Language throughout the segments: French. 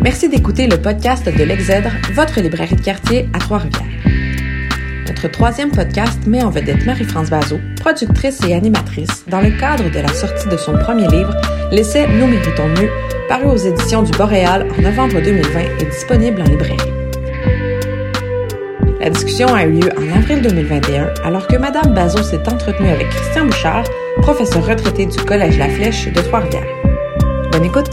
Merci d'écouter le podcast de l'Exèdre, votre librairie de quartier à Trois-Rivières. Notre troisième podcast met en vedette Marie-France Bazot, productrice et animatrice, dans le cadre de la sortie de son premier livre, l'essai Nous méritons mieux, paru aux éditions du Boréal en novembre 2020 et disponible en librairie. La discussion a eu lieu en avril 2021, alors que Madame Bazot s'est entretenue avec Christian Bouchard, professeur retraité du Collège La Flèche de Trois-Rivières. Bonne écoute!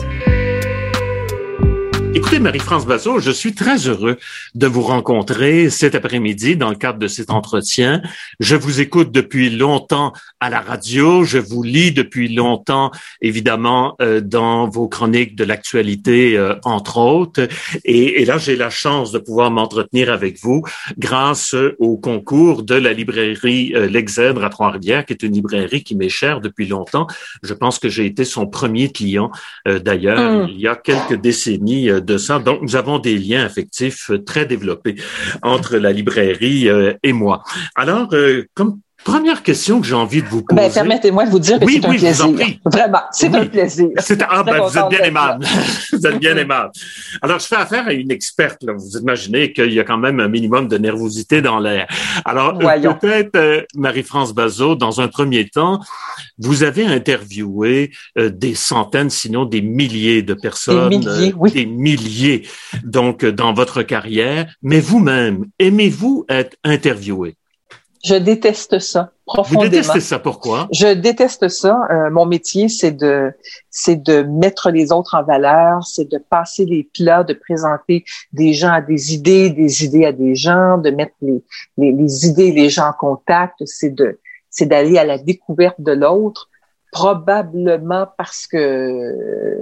Écoutez, Marie-France Bazot, je suis très heureux de vous rencontrer cet après-midi dans le cadre de cet entretien. Je vous écoute depuis longtemps à la radio, je vous lis depuis longtemps, évidemment, dans vos chroniques de l'actualité, entre autres. Et là, j'ai la chance de pouvoir m'entretenir avec vous grâce au concours de la librairie L'Exèdre à Trois-Rivières, qui est une librairie qui m'est chère depuis longtemps. Je pense que j'ai été son premier client, d'ailleurs, il y a quelques décennies de ça. Donc, nous avons des liens affectifs très développés entre la librairie et moi. Alors, comme première question que j'ai envie de vous poser... permettez-moi de vous dire que c'est un plaisir. Je vous en prie. Vraiment, c'est un plaisir. Vous êtes bien aimable. Vous êtes bien aimable. Alors, je fais affaire à une experte. Là. Vous imaginez qu'il y a quand même un minimum de nervosité dans l'air. Alors, peut-être, Marie-France Bazot, dans un premier temps, vous avez interviewé des centaines, sinon des milliers de personnes. Des milliers, oui. Des milliers, donc, dans votre carrière. Mais vous-même, aimez-vous être interviewé? Je déteste ça profondément. Vous détestez ça, pourquoi? Je déteste ça. Mon métier, c'est de mettre les autres en valeur, c'est de passer les plats, de présenter des gens à des idées à des gens, de mettre les idées et les gens en contact, c'est d'aller à la découverte de l'autre, probablement parce que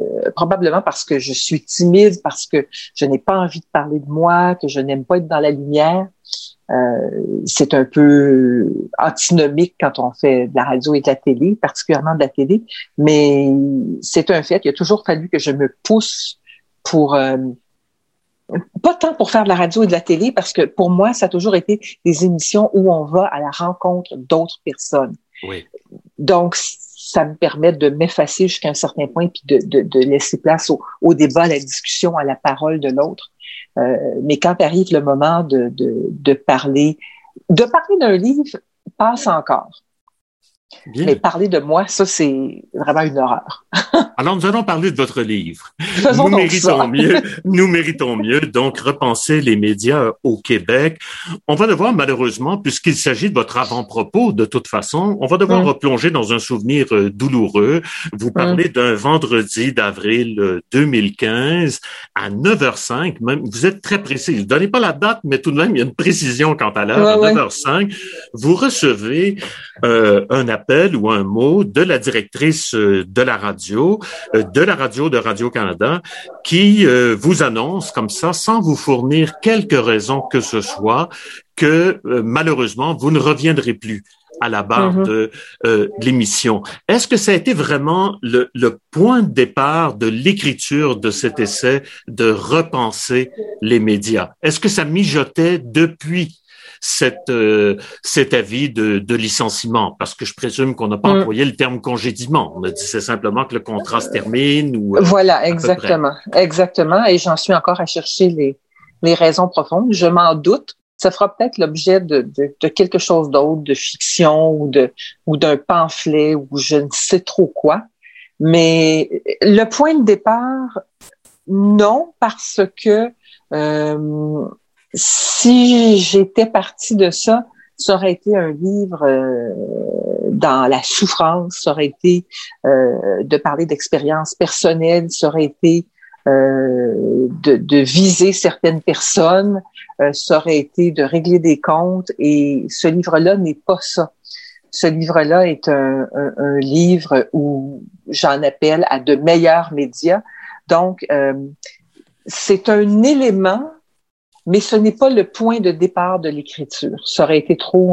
je suis timide, parce que je n'ai pas envie de parler de moi, que je n'aime pas être dans la lumière. C'est un peu antinomique quand on fait de la radio et de la télé, particulièrement de la télé, mais c'est un fait. Il a toujours fallu que je me pousse pour pas tant pour faire de la radio et de la télé, parce que pour moi, ça a toujours été des émissions où on va à la rencontre d'autres personnes. Oui. Donc, ça me permet de m'effacer jusqu'à un certain point puis de laisser place au débat, à la discussion, à la parole de l'autre. Mais quand arrive le moment de parler d'un livre, passe encore. Bien. Mais parler de moi, ça, c'est vraiment une horreur. Alors, nous allons parler de votre livre. Nous méritons mieux, donc repenser les médias au Québec. On va devoir, malheureusement, puisqu'il s'agit de votre avant-propos, de toute façon, on va devoir replonger dans un souvenir douloureux. Vous parlez d'un vendredi d'avril 2015 à 9h05. Même, vous êtes très précis. Ne donnez pas la date, mais tout de même, il y a une précision quant à l'heure. À 9h05, vous recevez un appel ou un mot de la directrice de la radio de Radio-Canada, qui vous annonce comme ça, sans vous fournir quelques raisons que ce soit, que malheureusement, vous ne reviendrez plus à la barre de l'émission. Est-ce que ça a été vraiment le point de départ de l'écriture de cet essai de repenser les médias? Est-ce que ça mijotait depuis cet avis de licenciement, parce que je présume qu'on n'a pas employé le terme congédiement. On a dit c'est simplement que le contrat se termine ou voilà, exactement. Et j'en suis encore à chercher les raisons profondes. Je m'en doute. Ça fera peut-être l'objet de quelque chose d'autre, de fiction ou d'un pamphlet ou je ne sais trop quoi. Mais le point de départ, non, parce que si j'étais partie de ça, ça aurait été un livre dans la souffrance, ça aurait été de parler d'expériences personnelles, ça aurait été de viser certaines personnes, ça aurait été de régler des comptes, et ce livre-là n'est pas ça. Ce livre-là est un livre où j'en appelle à de meilleurs médias. Donc, c'est un élément, mais ce n'est pas le point de départ de l'écriture. Ça aurait été trop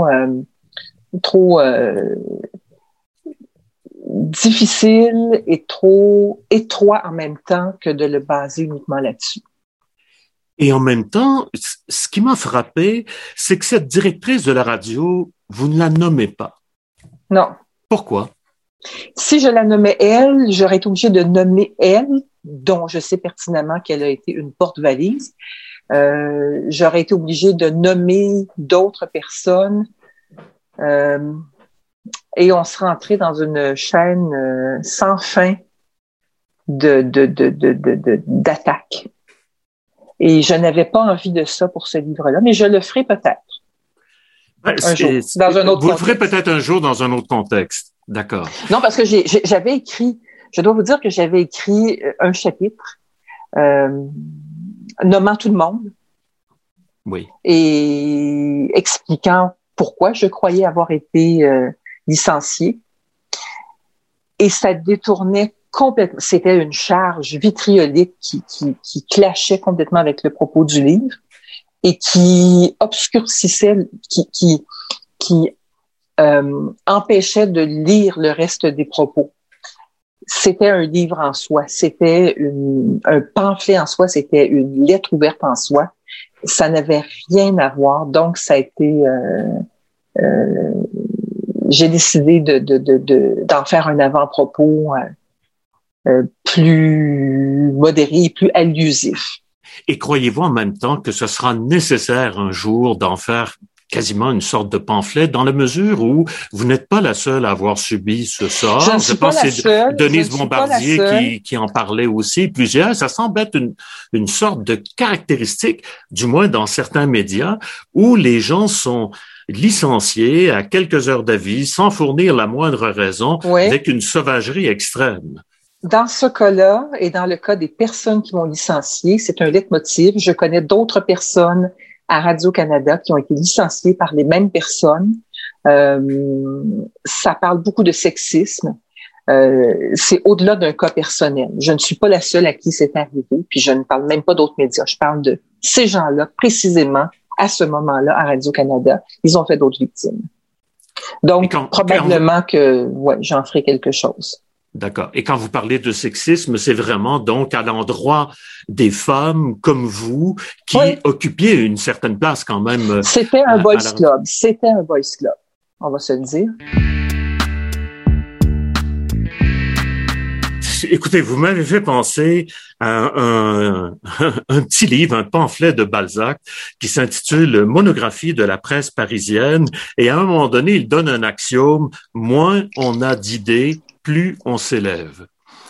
difficile et trop étroit en même temps que de le baser uniquement là-dessus. Et en même temps, ce qui m'a frappé, c'est que cette directrice de la radio, vous ne la nommez pas. Non. Pourquoi? Si je la nommais elle, j'aurais été obligée de nommer elle, dont je sais pertinemment qu'elle a été une porte-valise. J'aurais été obligée de nommer d'autres personnes. Et on serait entré dans une chaîne sans fin d'attaques. Et je n'avais pas envie de ça pour ce livre-là, mais je le ferai peut-être. Un jour, dans un autre vous contexte. Le ferez peut-être un jour dans un autre contexte. D'accord. Non, parce que j'avais écrit, je dois vous dire que j'avais écrit un chapitre nommant tout le monde. Oui. Et expliquant pourquoi je croyais avoir été licenciée. Et ça détournait complètement. C'était une charge vitriolique qui clashait complètement avec le propos du livre et qui obscurcissait, qui empêchait de lire le reste des propos. C'était un livre en soi, c'était un pamphlet en soi, c'était une lettre ouverte en soi. Ça n'avait rien à voir, donc ça a été... j'ai décidé d'en faire un avant-propos plus modéré et plus allusif. Et croyez-vous en même temps que ce sera nécessaire un jour d'en faire quasiment une sorte de pamphlet, dans la mesure où vous n'êtes pas la seule à avoir subi ce sort. Je pense que c'est Denise Bombardier qui en parlait aussi, plusieurs. Ça semble être une sorte de caractéristique, du moins dans certains médias, où les gens sont licenciés à quelques heures d'avis, sans fournir la moindre raison, oui, avec une sauvagerie extrême. Dans ce cas-là, et dans le cas des personnes qui m'ont licencié, c'est un leitmotiv. Je connais d'autres personnes à Radio-Canada qui ont été licenciées par les mêmes personnes. Ça parle beaucoup de sexisme. C'est au-delà d'un cas personnel. Je ne suis pas la seule à qui c'est arrivé, puis je ne parle même pas d'autres médias. Je parle de ces gens-là, précisément, à ce moment-là, à Radio-Canada. Ils ont fait d'autres victimes. Donc, probablement que ouais, j'en ferai quelque chose. D'accord. Et quand vous parlez de sexisme, c'est vraiment donc à l'endroit des femmes comme vous qui oui, occupiez une certaine place quand même. C'était un boys club. C'était un boys club. On va se le dire. Écoutez, vous m'avez fait penser à un petit livre, un pamphlet de Balzac qui s'intitule Monographie de la presse parisienne. Et à un moment donné, il donne un axiome, moins on a d'idées, plus on s'élève.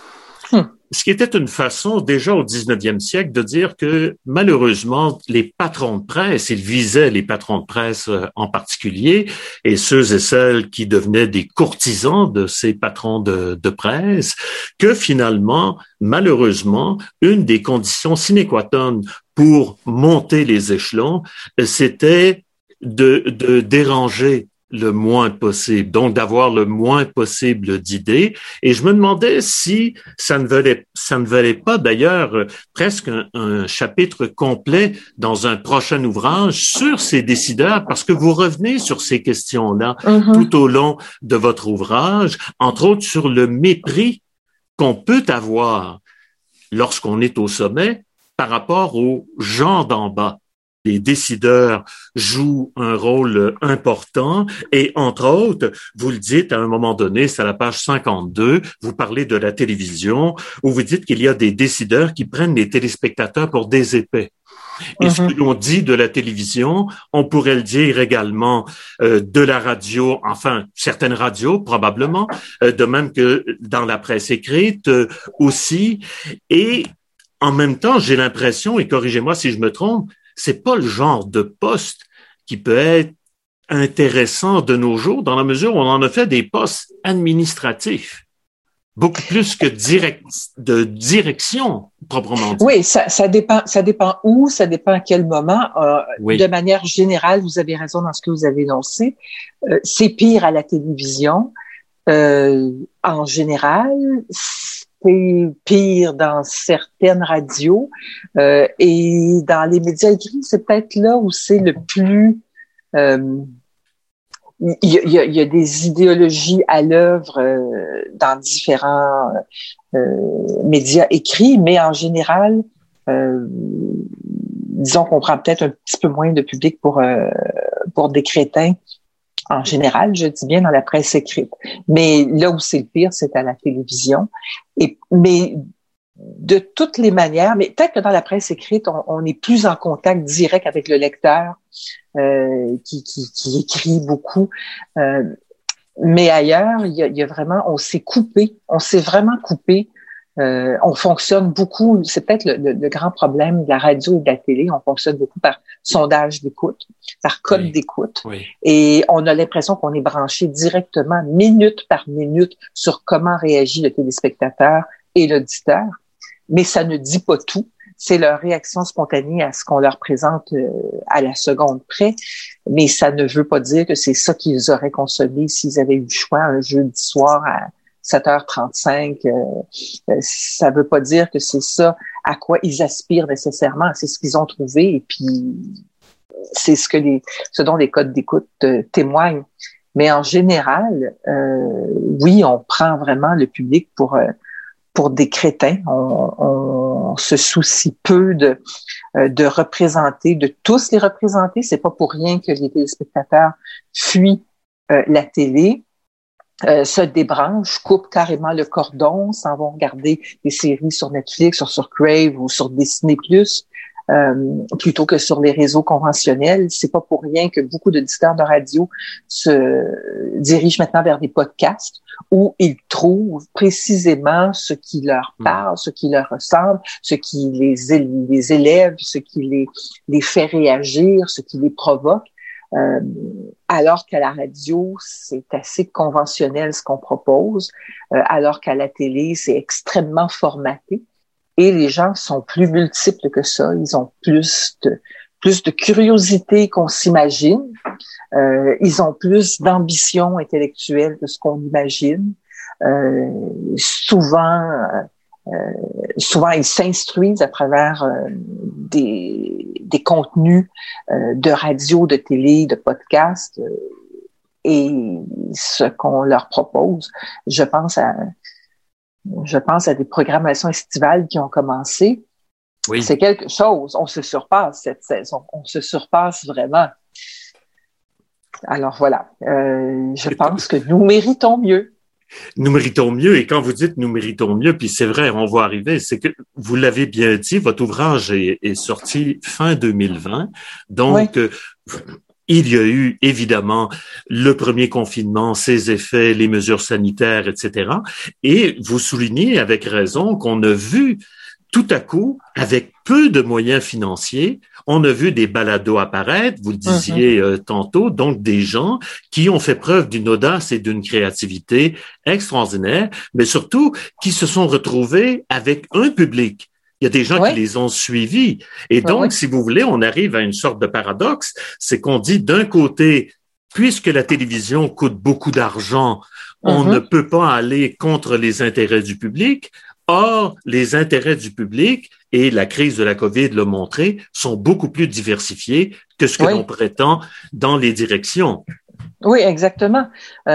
Ce qui était une façon, déjà au 19e siècle, de dire que, malheureusement, les patrons de presse, ils visaient les patrons de presse en particulier, et ceux et celles qui devenaient des courtisans de ces patrons de presse, que finalement, malheureusement, une des conditions sine qua non pour monter les échelons, c'était de déranger le moins possible, donc d'avoir le moins possible d'idées. Et je me demandais si ça ne valait pas d'ailleurs presque un chapitre complet dans un prochain ouvrage sur ces décideurs, parce que vous revenez sur ces questions-là tout au long de votre ouvrage, entre autres sur le mépris qu'on peut avoir lorsqu'on est au sommet par rapport aux gens d'en bas. Les décideurs jouent un rôle important et, entre autres, vous le dites à un moment donné, c'est à la page 52, vous parlez de la télévision, où vous dites qu'il y a des décideurs qui prennent les téléspectateurs pour des épais. Et ce que l'on dit de la télévision, on pourrait le dire également de la radio, enfin, certaines radios probablement, de même que dans la presse écrite aussi. Et en même temps, j'ai l'impression, et corrigez-moi si je me trompe, c'est pas le genre de poste qui peut être intéressant de nos jours dans la mesure où on en a fait des postes administratifs. Beaucoup plus que de direction, proprement dit. Oui, ça dépend où, ça dépend à quel moment. Oui. De manière générale, vous avez raison dans ce que vous avez énoncé. C'est pire à la télévision. En général, c'est pire dans certaines radios. Et dans les médias écrits, c'est peut-être là où c'est le plus... Il y a des idéologies à l'œuvre dans différents médias écrits, mais en général, disons qu'on prend peut-être un petit peu moins de public pour des crétins En général, je dis bien dans la presse écrite. Mais là où c'est le pire, c'est à la télévision. Mais de toutes les manières, mais peut-être que dans la presse écrite, on est plus en contact direct avec le lecteur qui écrit beaucoup. Mais ailleurs, il y a vraiment, on s'est vraiment coupé. On fonctionne beaucoup, c'est peut-être le grand problème de la radio et de la télé, on fonctionne beaucoup par sondage d'écoute, par code d'écoute. Oui. Et on a l'impression qu'on est branché directement, minute par minute, sur comment réagit le téléspectateur et l'auditeur. Mais ça ne dit pas tout. C'est leur réaction spontanée à ce qu'on leur présente à la seconde près. Mais ça ne veut pas dire que c'est ça qu'ils auraient consommé s'ils avaient eu le choix un jeudi soir à 7h35. Ça veut pas dire que c'est ça à quoi ils aspirent nécessairement. C'est ce qu'ils ont trouvé et puis c'est ce dont les codes d'écoute témoignent. Mais en général, oui, on prend vraiment le public pour des crétins. On se soucie peu de représenter, de tous les représenter. C'est pas pour rien que les téléspectateurs fuient la télé, se débranchent, coupent carrément le cordon, s'en vont regarder des séries sur Netflix, sur Crave ou sur Disney+, plutôt que sur les réseaux conventionnels. C'est pas pour rien que beaucoup d'auditeurs de radio se dirigent maintenant vers des podcasts où ils trouvent précisément ce qui leur parle, ce qui leur ressemble, ce qui les élève, ce qui les fait réagir, ce qui les provoque. Alors qu'à la radio, c'est assez conventionnel ce qu'on propose, alors qu'à la télé, c'est extrêmement formaté. Et les gens sont plus multiples que ça. Ils ont plus de curiosité qu'on s'imagine. Ils ont plus d'ambition intellectuelle que ce qu'on imagine. Souvent, ils s'instruisent à travers des contenus de radio, de télé, de podcast. Et ce qu'on leur propose, je pense à des programmations estivales qui ont commencé. Oui. C'est quelque chose. On se surpasse cette saison. On se surpasse vraiment. Alors voilà. Je pense que nous méritons mieux. Nous méritons mieux. Et quand vous dites nous méritons mieux, puis c'est vrai, on va arriver, c'est que vous l'avez bien dit, votre ouvrage est sorti fin 2020. Donc, oui. Il y a eu évidemment le premier confinement, ses effets, les mesures sanitaires, etc. Et vous soulignez avec raison qu'on a vu tout à coup, avec peu de moyens financiers, on a vu des balados apparaître, vous le disiez tantôt, donc des gens qui ont fait preuve d'une audace et d'une créativité extraordinaire, mais surtout qui se sont retrouvés avec un public. Il y a des gens qui les ont suivis. Et donc, si vous voulez, on arrive à une sorte de paradoxe. C'est qu'on dit d'un côté, puisque la télévision coûte beaucoup d'argent, on ne peut pas aller contre les intérêts du public. Or, les intérêts du public, et la crise de la COVID l'a montré, sont beaucoup plus diversifiés que ce que l'on prétend dans les directions. Oui, exactement.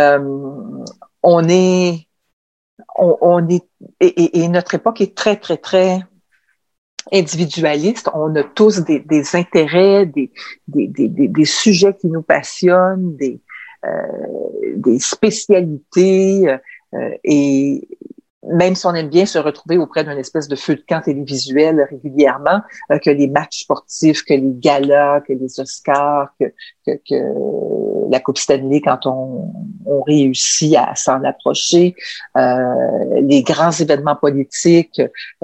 On est et notre époque est très, très, très individualiste. On a tous des intérêts, des sujets qui nous passionnent, des spécialités, et même si on aime bien se retrouver auprès d'une espèce de feu de camp télévisuel régulièrement, que les matchs sportifs, que les galas, que les Oscars, que la Coupe Stanley quand on réussit à s'en approcher, les grands événements politiques,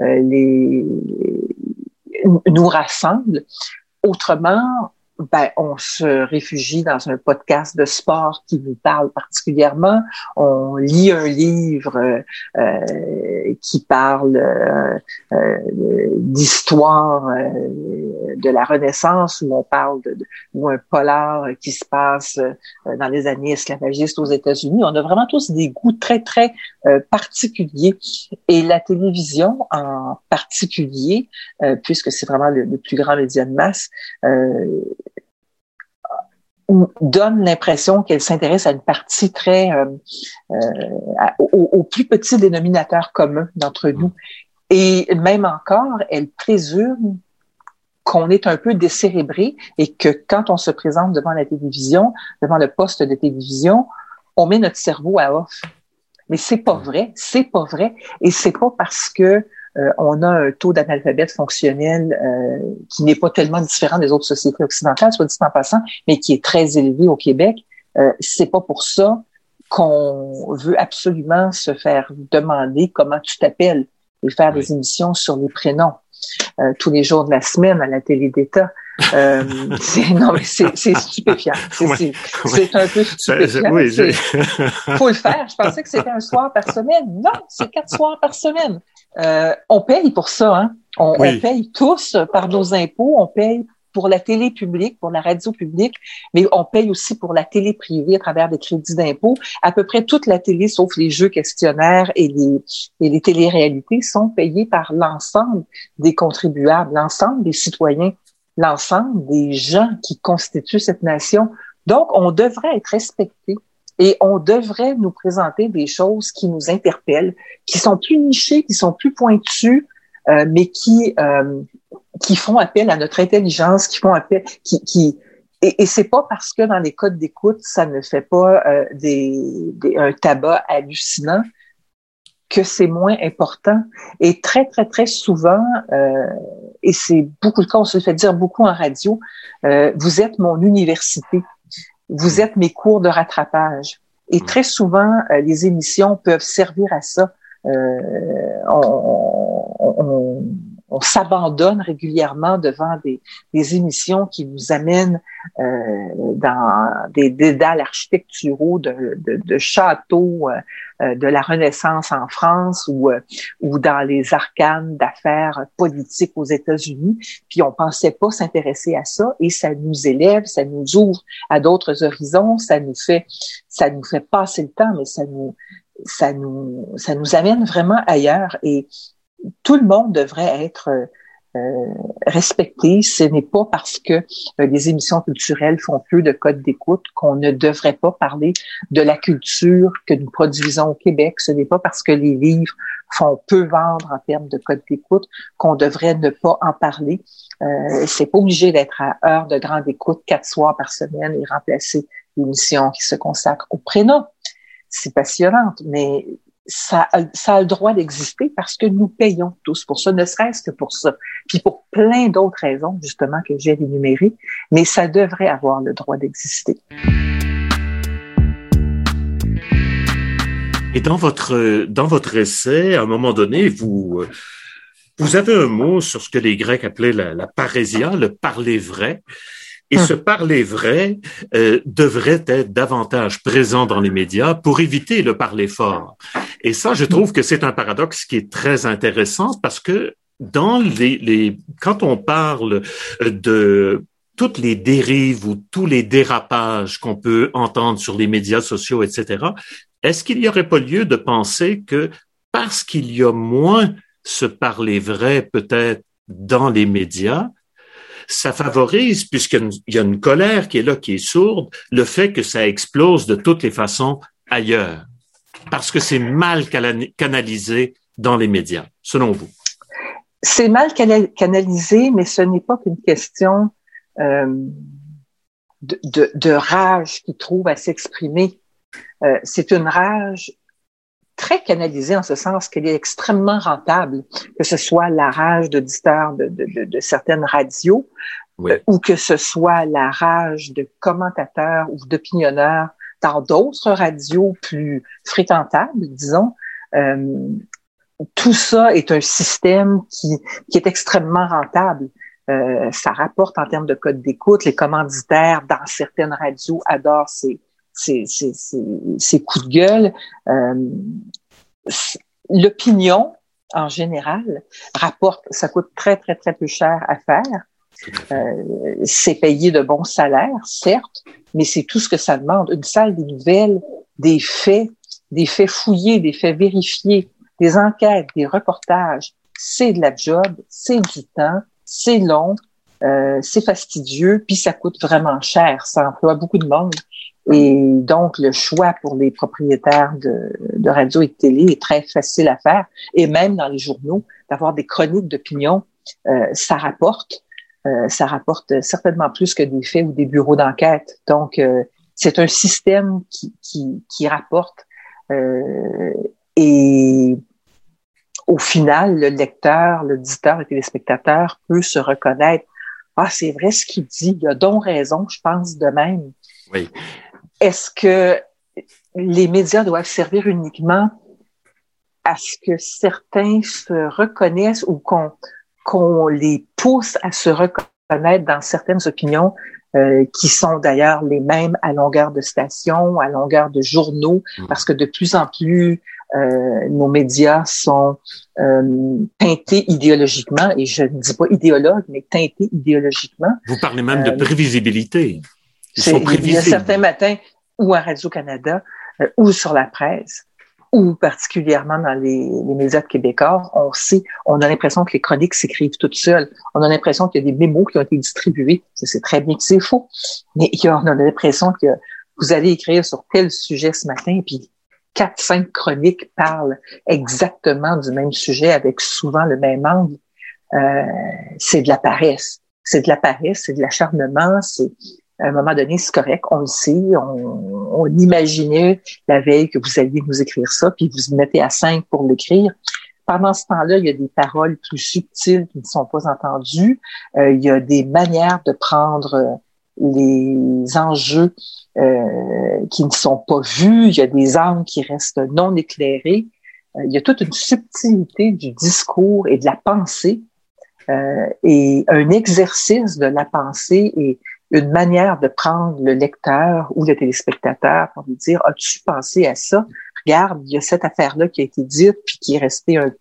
nous rassemblent. Autrement, on se réfugie dans un podcast de sport qui nous parle particulièrement. On lit un livre qui parle d'histoire de la Renaissance, où on parle ou un polar qui se passe dans les années esclavagistes aux États-Unis. On a vraiment tous des goûts très, très particuliers. Et la télévision en particulier, puisque c'est vraiment le plus grand média de masse, donne l'impression qu'elle s'intéresse à une partie très au plus petit dénominateur commun d'entre nous. Et même encore, elle présume qu'on est un peu décérébré et que quand on se présente devant la télévision, devant le poste de télévision, on met notre cerveau à off. Mais c'est pas vrai, et c'est pas parce que on a un taux d'analphabète fonctionnel qui n'est pas tellement différent des autres sociétés occidentales, soit dit en passant, mais qui est très élevé au Québec. C'est pas pour ça qu'on veut absolument se faire demander comment tu t'appelles et faire des émissions sur les prénoms tous les jours de la semaine à la télé d'État. C'est stupéfiant. C'est un peu stupéfiant. Faut le faire. Je pensais que c'était un soir par semaine. Non, c'est 4 soirs par semaine. On paye pour ça, hein. On paye tous par nos impôts. On paye pour la télé publique, pour la radio publique, mais on paye aussi pour la télé privée à travers des crédits d'impôt. À peu près toute la télé, sauf les jeux questionnaires et les téléréalités, sont payées par l'ensemble des contribuables, l'ensemble des citoyens, l'ensemble des gens qui constituent cette nation. Donc, on devrait être respecté et on devrait nous présenter des choses qui nous interpellent, qui sont plus nichées, qui sont plus pointues, mais qui font appel à notre intelligence, qui font appel, et c'est pas parce que dans les codes d'écoute, ça ne fait pas un tabac hallucinant que c'est moins important. Et très, très, très souvent, et c'est beaucoup le cas, on se le fait dire beaucoup en radio, vous êtes mon université, vous êtes mes cours de rattrapage. Et très souvent, les émissions peuvent servir à ça. On s'abandonne régulièrement devant des émissions qui nous amènent dans des dédales architecturaux de châteaux de la Renaissance en France ou dans les arcanes d'affaires politiques aux États-Unis. Puis on pensait pas s'intéresser à ça et ça nous élève, ça nous ouvre à d'autres horizons, ça nous fait passer le temps, mais ça nous amène vraiment ailleurs et tout le monde devrait être respecté. Ce n'est pas parce que les émissions culturelles font peu de codes d'écoute qu'on ne devrait pas parler de la culture que nous produisons au Québec. Ce n'est pas parce que les livres font peu vendre en termes de codes d'écoute qu'on devrait ne pas en parler. C'est pas obligé d'être à heure de grande écoute 4 soirs par semaine et remplacer l'émission qui se consacre au prénom. C'est passionnant, mais ça a le droit d'exister parce que nous payons tous pour ça, ne serait-ce que pour ça. Puis pour plein d'autres raisons, justement, que j'ai énumérées, mais ça devrait avoir le droit d'exister. Et dans votre essai, à un moment donné, vous avez un mot sur ce que les Grecs appelaient la parésia, le parler vrai. Et ce parler vrai devrait être davantage présent dans les médias pour éviter le parler fort. Et ça, je trouve que c'est un paradoxe qui est très intéressant parce que dans quand on parle de toutes les dérives ou tous les dérapages qu'on peut entendre sur les médias sociaux, etc., est-ce qu'il n'y aurait pas lieu de penser que parce qu'il y a moins ce parler vrai peut-être dans les médias, ça favorise, puisqu'il y a une colère qui est là, qui est sourde, le fait que ça explose de toutes les façons ailleurs, parce que c'est mal canalisé dans les médias, selon vous? C'est mal canalisé, mais ce n'est pas qu'une question de rage qui trouve à s'exprimer. C'est une rage très canalisée en ce sens qu'elle est extrêmement rentable, que ce soit la rage d'auditeurs de certaines radios, ou que ce soit la rage de commentateurs ou d'opinionneurs dans d'autres radios plus fréquentables, disons. Tout ça est un système qui est extrêmement rentable. Ça rapporte en termes de code d'écoute. Les commanditaires dans certaines radios adorent ces coups de gueule. L'opinion, en général, rapporte, ça coûte très, très, très peu cher à faire. C'est payé de bons salaires, certes, mais c'est tout ce que ça demande. Une salle des nouvelles, des faits fouillés, des faits vérifiés, des enquêtes, des reportages, c'est de la job, c'est du temps, c'est long, c'est fastidieux, puis ça coûte vraiment cher. Ça emploie beaucoup de monde. Et donc, le choix pour les propriétaires de radio et de télé est très facile à faire. Et même dans les journaux, d'avoir des chroniques d'opinion, ça rapporte. ça rapporte certainement plus que des faits ou des bureaux d'enquête. Donc, c'est un système qui rapporte et au final, le lecteur, l'auditeur, le téléspectateur peut se reconnaître. Ah, c'est vrai ce qu'il dit, il a donc raison, je pense de même. Oui. Est-ce que les médias doivent servir uniquement à ce que certains se reconnaissent ou qu'on les pousse à se reconnaître dans certaines opinions qui sont d'ailleurs les mêmes à longueur de stations, à longueur de journaux, parce que de plus en plus nos médias sont teintés idéologiquement, et je ne dis pas idéologue, mais teintés idéologiquement. Vous parlez même de prévisibilité. Ils sont prévisibles. Il y a certains matins, ou à Radio-Canada, ou sur la presse, ou particulièrement dans les médias québécois, on a l'impression que les chroniques s'écrivent toutes seules. On a l'impression qu'il y a des mémos qui ont été distribués. C'est très bien que c'est faux. Mais on a l'impression que vous allez écrire sur tel sujet ce matin, puis 4-5 chroniques parlent exactement du même sujet avec souvent le même angle. C'est de la paresse. C'est de la paresse, c'est de l'acharnement, à un moment donné, c'est correct, on le sait, on imaginait la veille que vous alliez nous écrire ça, puis vous mettez à 5 pour l'écrire. Pendant ce temps-là, il y a des paroles plus subtiles qui ne sont pas entendues. Il y a des manières de prendre les enjeux qui ne sont pas vus. Il y a des angles qui restent non éclairés. Il y a toute une subtilité du discours et de la pensée et un exercice de la pensée et une manière de prendre le lecteur ou le téléspectateur pour lui dire « As-tu pensé à ça? Regarde, il y a cette affaire-là qui a été dite puis qui est restée un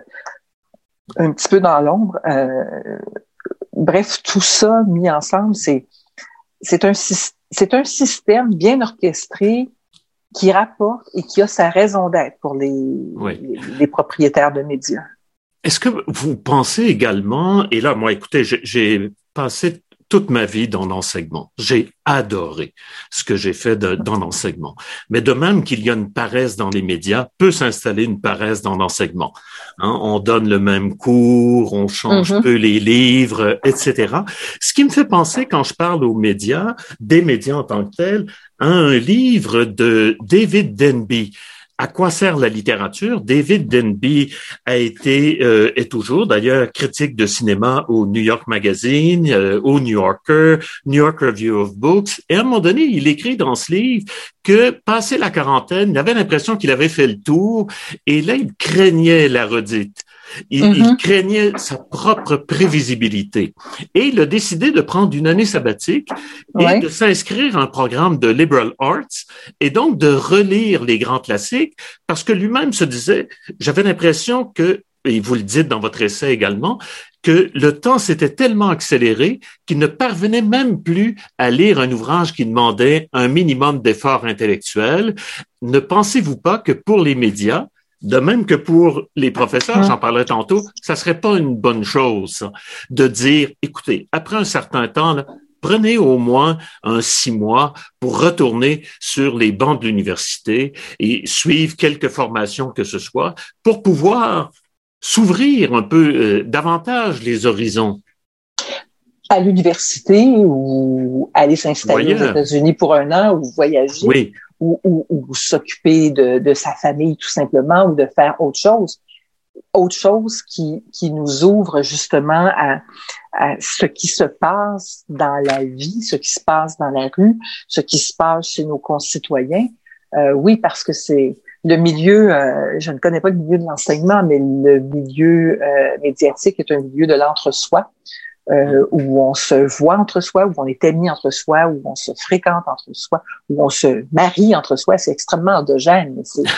petit peu dans l'ombre. » Bref, tout ça mis ensemble, c'est un système bien orchestré qui rapporte et qui a sa raison d'être pour les propriétaires de médias. Est-ce que vous pensez également, et là, moi, écoutez, j'ai passé toute ma vie dans l'enseignement. J'ai adoré ce que j'ai fait dans l'enseignement. Mais de même qu'il y a une paresse dans les médias, peut s'installer une paresse dans l'enseignement. Hein, on donne le même cours, on change peu les livres, etc. Ce qui me fait penser, quand je parle aux médias, des médias en tant que tels, à un livre de David Denby. À quoi sert la littérature? David Denby est toujours d'ailleurs critique de cinéma au New York Magazine, au New Yorker, New York Review of Books. Et à un moment donné, il écrit dans ce livre que, passé la quarantaine, il avait l'impression qu'il avait fait le tour et là, il craignait la redite. Il craignait sa propre prévisibilité. Et il a décidé de prendre une année sabbatique et de s'inscrire à un programme de liberal arts et donc de relire les grands classiques parce que lui-même se disait, j'avais l'impression que, et vous le dites dans votre essai également, que le temps s'était tellement accéléré qu'il ne parvenait même plus à lire un ouvrage qui demandait un minimum d'effort intellectuel. Ne pensez-vous pas que pour les médias, de même que pour les professeurs, j'en parlerai tantôt, ça serait pas une bonne chose ça, de dire, écoutez, après un certain temps, là, prenez au moins 6 mois pour retourner sur les bancs de l'université et suivre quelques formations que ce soit pour pouvoir s'ouvrir un peu davantage les horizons. À l'université ou aller s'installer aux États-Unis pour 1 an ou voyager. Oui. Ou s'occuper de sa famille tout simplement ou de faire autre chose qui nous ouvre justement à ce qui se passe dans la vie, ce qui se passe dans la rue, ce qui se passe chez nos concitoyens. Oui, parce que c'est le milieu, je ne connais pas le milieu de l'enseignement, mais le milieu médiatique est un milieu de l'entre-soi. Où on se voit entre soi, où on est amis entre soi, où on se fréquente entre soi, où on se marie entre soi, c'est extrêmement endogène.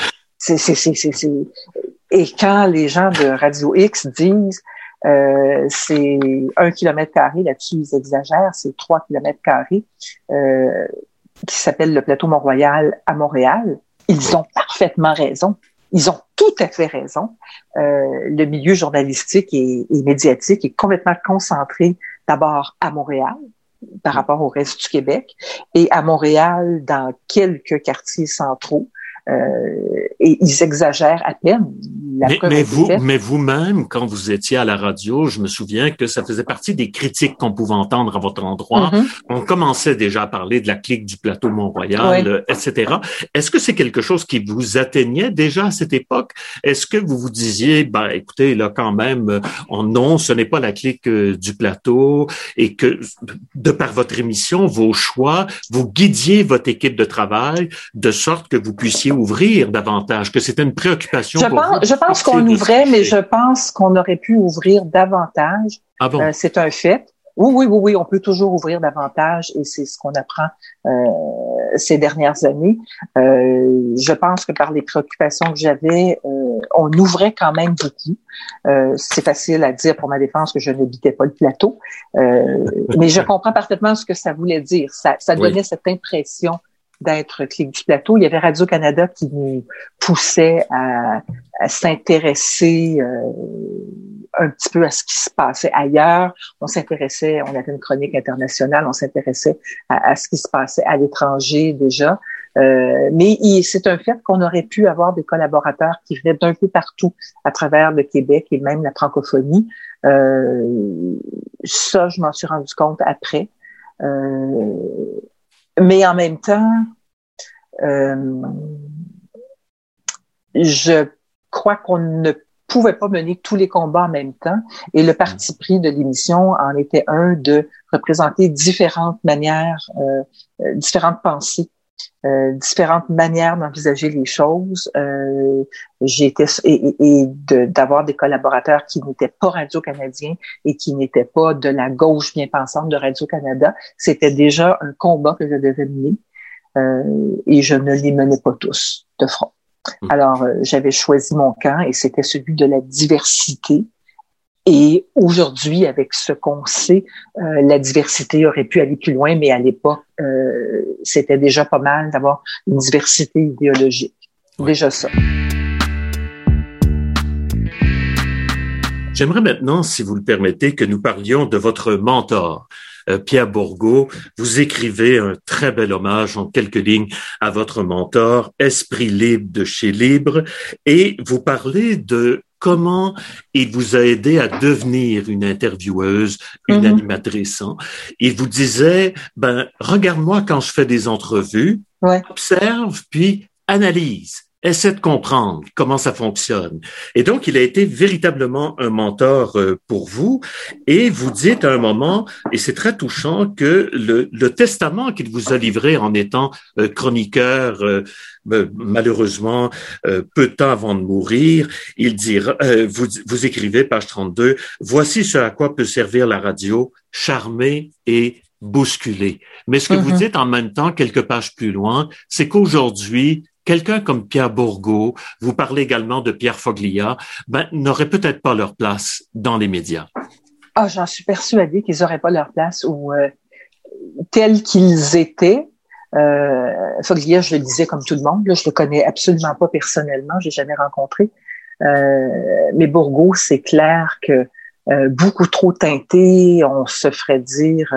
Et quand les gens de Radio X disent c'est 1 km², là-dessus ils exagèrent, c'est 3 km², qui s'appelle le plateau Mont-Royal à Montréal, ils ont parfaitement raison. Ils ont tout à fait raison. Le milieu journalistique et médiatique est complètement concentré d'abord à Montréal par rapport au reste du Québec et à Montréal dans quelques quartiers centraux et ils exagèrent à peine. Mais vous-même, quand vous étiez à la radio, je me souviens que ça faisait partie des critiques qu'on pouvait entendre à votre endroit. On commençait déjà à parler de la clique du plateau Mont-Royal, etc. Est-ce que c'est quelque chose qui vous atteignait déjà à cette époque? Est-ce que vous vous disiez, écoutez, là, quand même, non, ce n'est pas la clique du plateau, et que, de par votre émission, vos choix, vous guidiez votre équipe de travail de sorte que vous puissiez ouvrir davantage, que c'était une préoccupation pour vous? Je pense qu'on ouvrait, mais je pense qu'on aurait pu ouvrir davantage. Ah bon? C'est un fait. Oui, on peut toujours ouvrir davantage et c'est ce qu'on apprend ces dernières années. Je pense que par les préoccupations que j'avais, on ouvrait quand même beaucoup. C'est facile à dire pour ma défense que je n'habitais pas le plateau, mais je comprends parfaitement ce que ça voulait dire. Ça donnait cette impression d'être clique du plateau. Il y avait Radio-Canada qui nous poussait à s'intéresser un petit peu à ce qui se passait ailleurs. On avait une chronique internationale, on s'intéressait à ce qui se passait à l'étranger déjà. Mais c'est un fait qu'on aurait pu avoir des collaborateurs qui venaient d'un peu partout à travers le Québec et même la francophonie. Ça, je m'en suis rendu compte après. Mais en même temps, je crois qu'on ne pouvait pas mener tous les combats en même temps. Et le parti pris de l'émission en était un de représenter différentes manières, différentes pensées, différentes manières d'envisager les choses. D'avoir des collaborateurs qui n'étaient pas Radio-Canadiens et qui n'étaient pas de la gauche bien pensante de Radio-Canada, c'était déjà un combat que je devais mener et je ne les menais pas tous de front. Alors, j'avais choisi mon camp et c'était celui de la diversité. Et aujourd'hui, avec ce qu'on sait, la diversité aurait pu aller plus loin, mais à l'époque, c'était déjà pas mal d'avoir une diversité idéologique. Oui. Déjà ça. J'aimerais maintenant, si vous le permettez, que nous parlions de votre mentor, Pierre Bourgault. Vous écrivez un très bel hommage en quelques lignes à votre mentor, Esprit libre de chez Libre, et vous parlez de comment il vous a aidé à devenir une intervieweuse, une animatrice. Il vous disait, regarde-moi quand je fais des entrevues, observe, puis analyse. Essaie de comprendre comment ça fonctionne. Et donc, il a été véritablement un mentor pour vous. Et vous dites à un moment, et c'est très touchant, que le testament qu'il vous a livré en étant chroniqueur, malheureusement, peu de temps avant de mourir, il dit, vous écrivez, page 32, « Voici ce à quoi peut servir la radio, charmer et bousculer. » Mais ce que vous dites en même temps, quelques pages plus loin, c'est qu'aujourd'hui, quelqu'un comme Pierre Bourgault, vous parlez également de Pierre Foglia, n'aurait peut-être pas leur place dans les médias. Ah, j'en suis persuadée qu'ils n'auraient pas leur place ou tels qu'ils étaient. Foglia, je le disais comme tout le monde, là, je le connais absolument pas personnellement, je l'ai jamais rencontré. Mais Bourgault, c'est clair que beaucoup trop teinté, on se ferait dire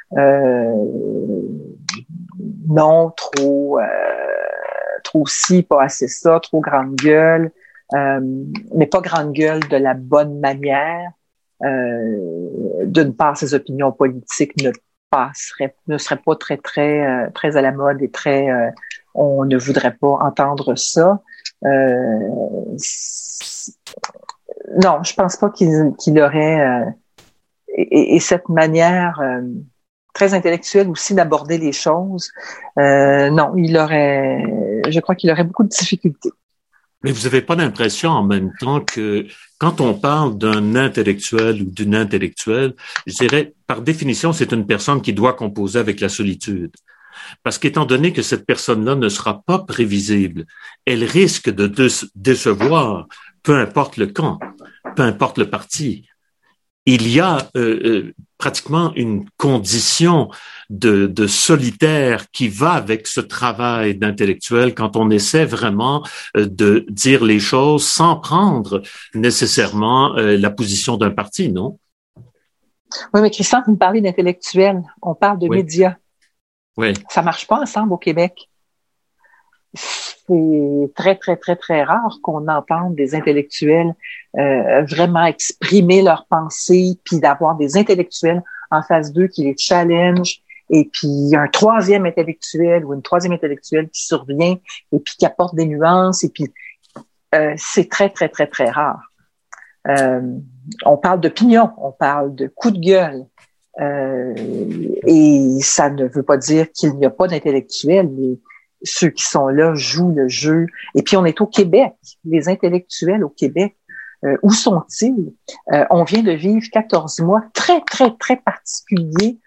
non, trop ci, pas assez ça, trop grande gueule, mais pas grande gueule de la bonne manière. D'une part, ses opinions politiques ne seraient pas très à la mode et on ne voudrait pas entendre ça. Non, je pense pas qu'il aurait et cette manière très intellectuelle aussi d'aborder les choses. Non, je crois qu'il aurait beaucoup de difficultés. Mais vous n'avez pas l'impression en même temps que quand on parle d'un intellectuel ou d'une intellectuelle, je dirais, par définition, c'est une personne qui doit composer avec la solitude. Parce qu'étant donné que cette personne-là ne sera pas prévisible, elle risque de décevoir, peu importe le camp, peu importe le parti. Il y a pratiquement une condition de solitaire qui va avec ce travail d'intellectuel quand on essaie vraiment de dire les choses sans prendre nécessairement la position d'un parti, non? Oui, mais Christian, vous me parlez d'intellectuel, on parle de médias. Oui. Ça marche pas ensemble au Québec. c'est très, très, très, très rare qu'on entende des intellectuels vraiment exprimer leurs pensées, puis d'avoir des intellectuels en face d'eux qui les challenge, et puis un troisième intellectuel ou une troisième intellectuelle qui survient et puis qui apporte des nuances, et puis c'est très, très, très, très rare. On parle d'opinion, on parle de coup de gueule, et ça ne veut pas dire qu'il n'y a pas d'intellectuels, mais ceux qui sont là jouent le jeu. Et puis on est au Québec, les intellectuels au Québec, où sont-ils? On vient de vivre 14 mois très, très, très particuliers,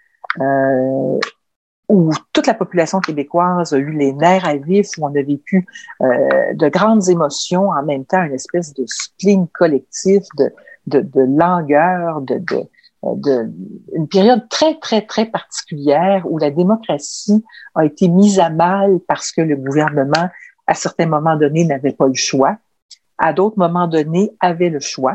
où toute la population québécoise a eu les nerfs à vif, où on a vécu de grandes émotions, en même temps une espèce de spleen collectif, de langueur, une période très, très, très particulière où la démocratie a été mise à mal parce que le gouvernement, à certains moments donnés, n'avait pas le choix. À d'autres moments donnés, avait le choix.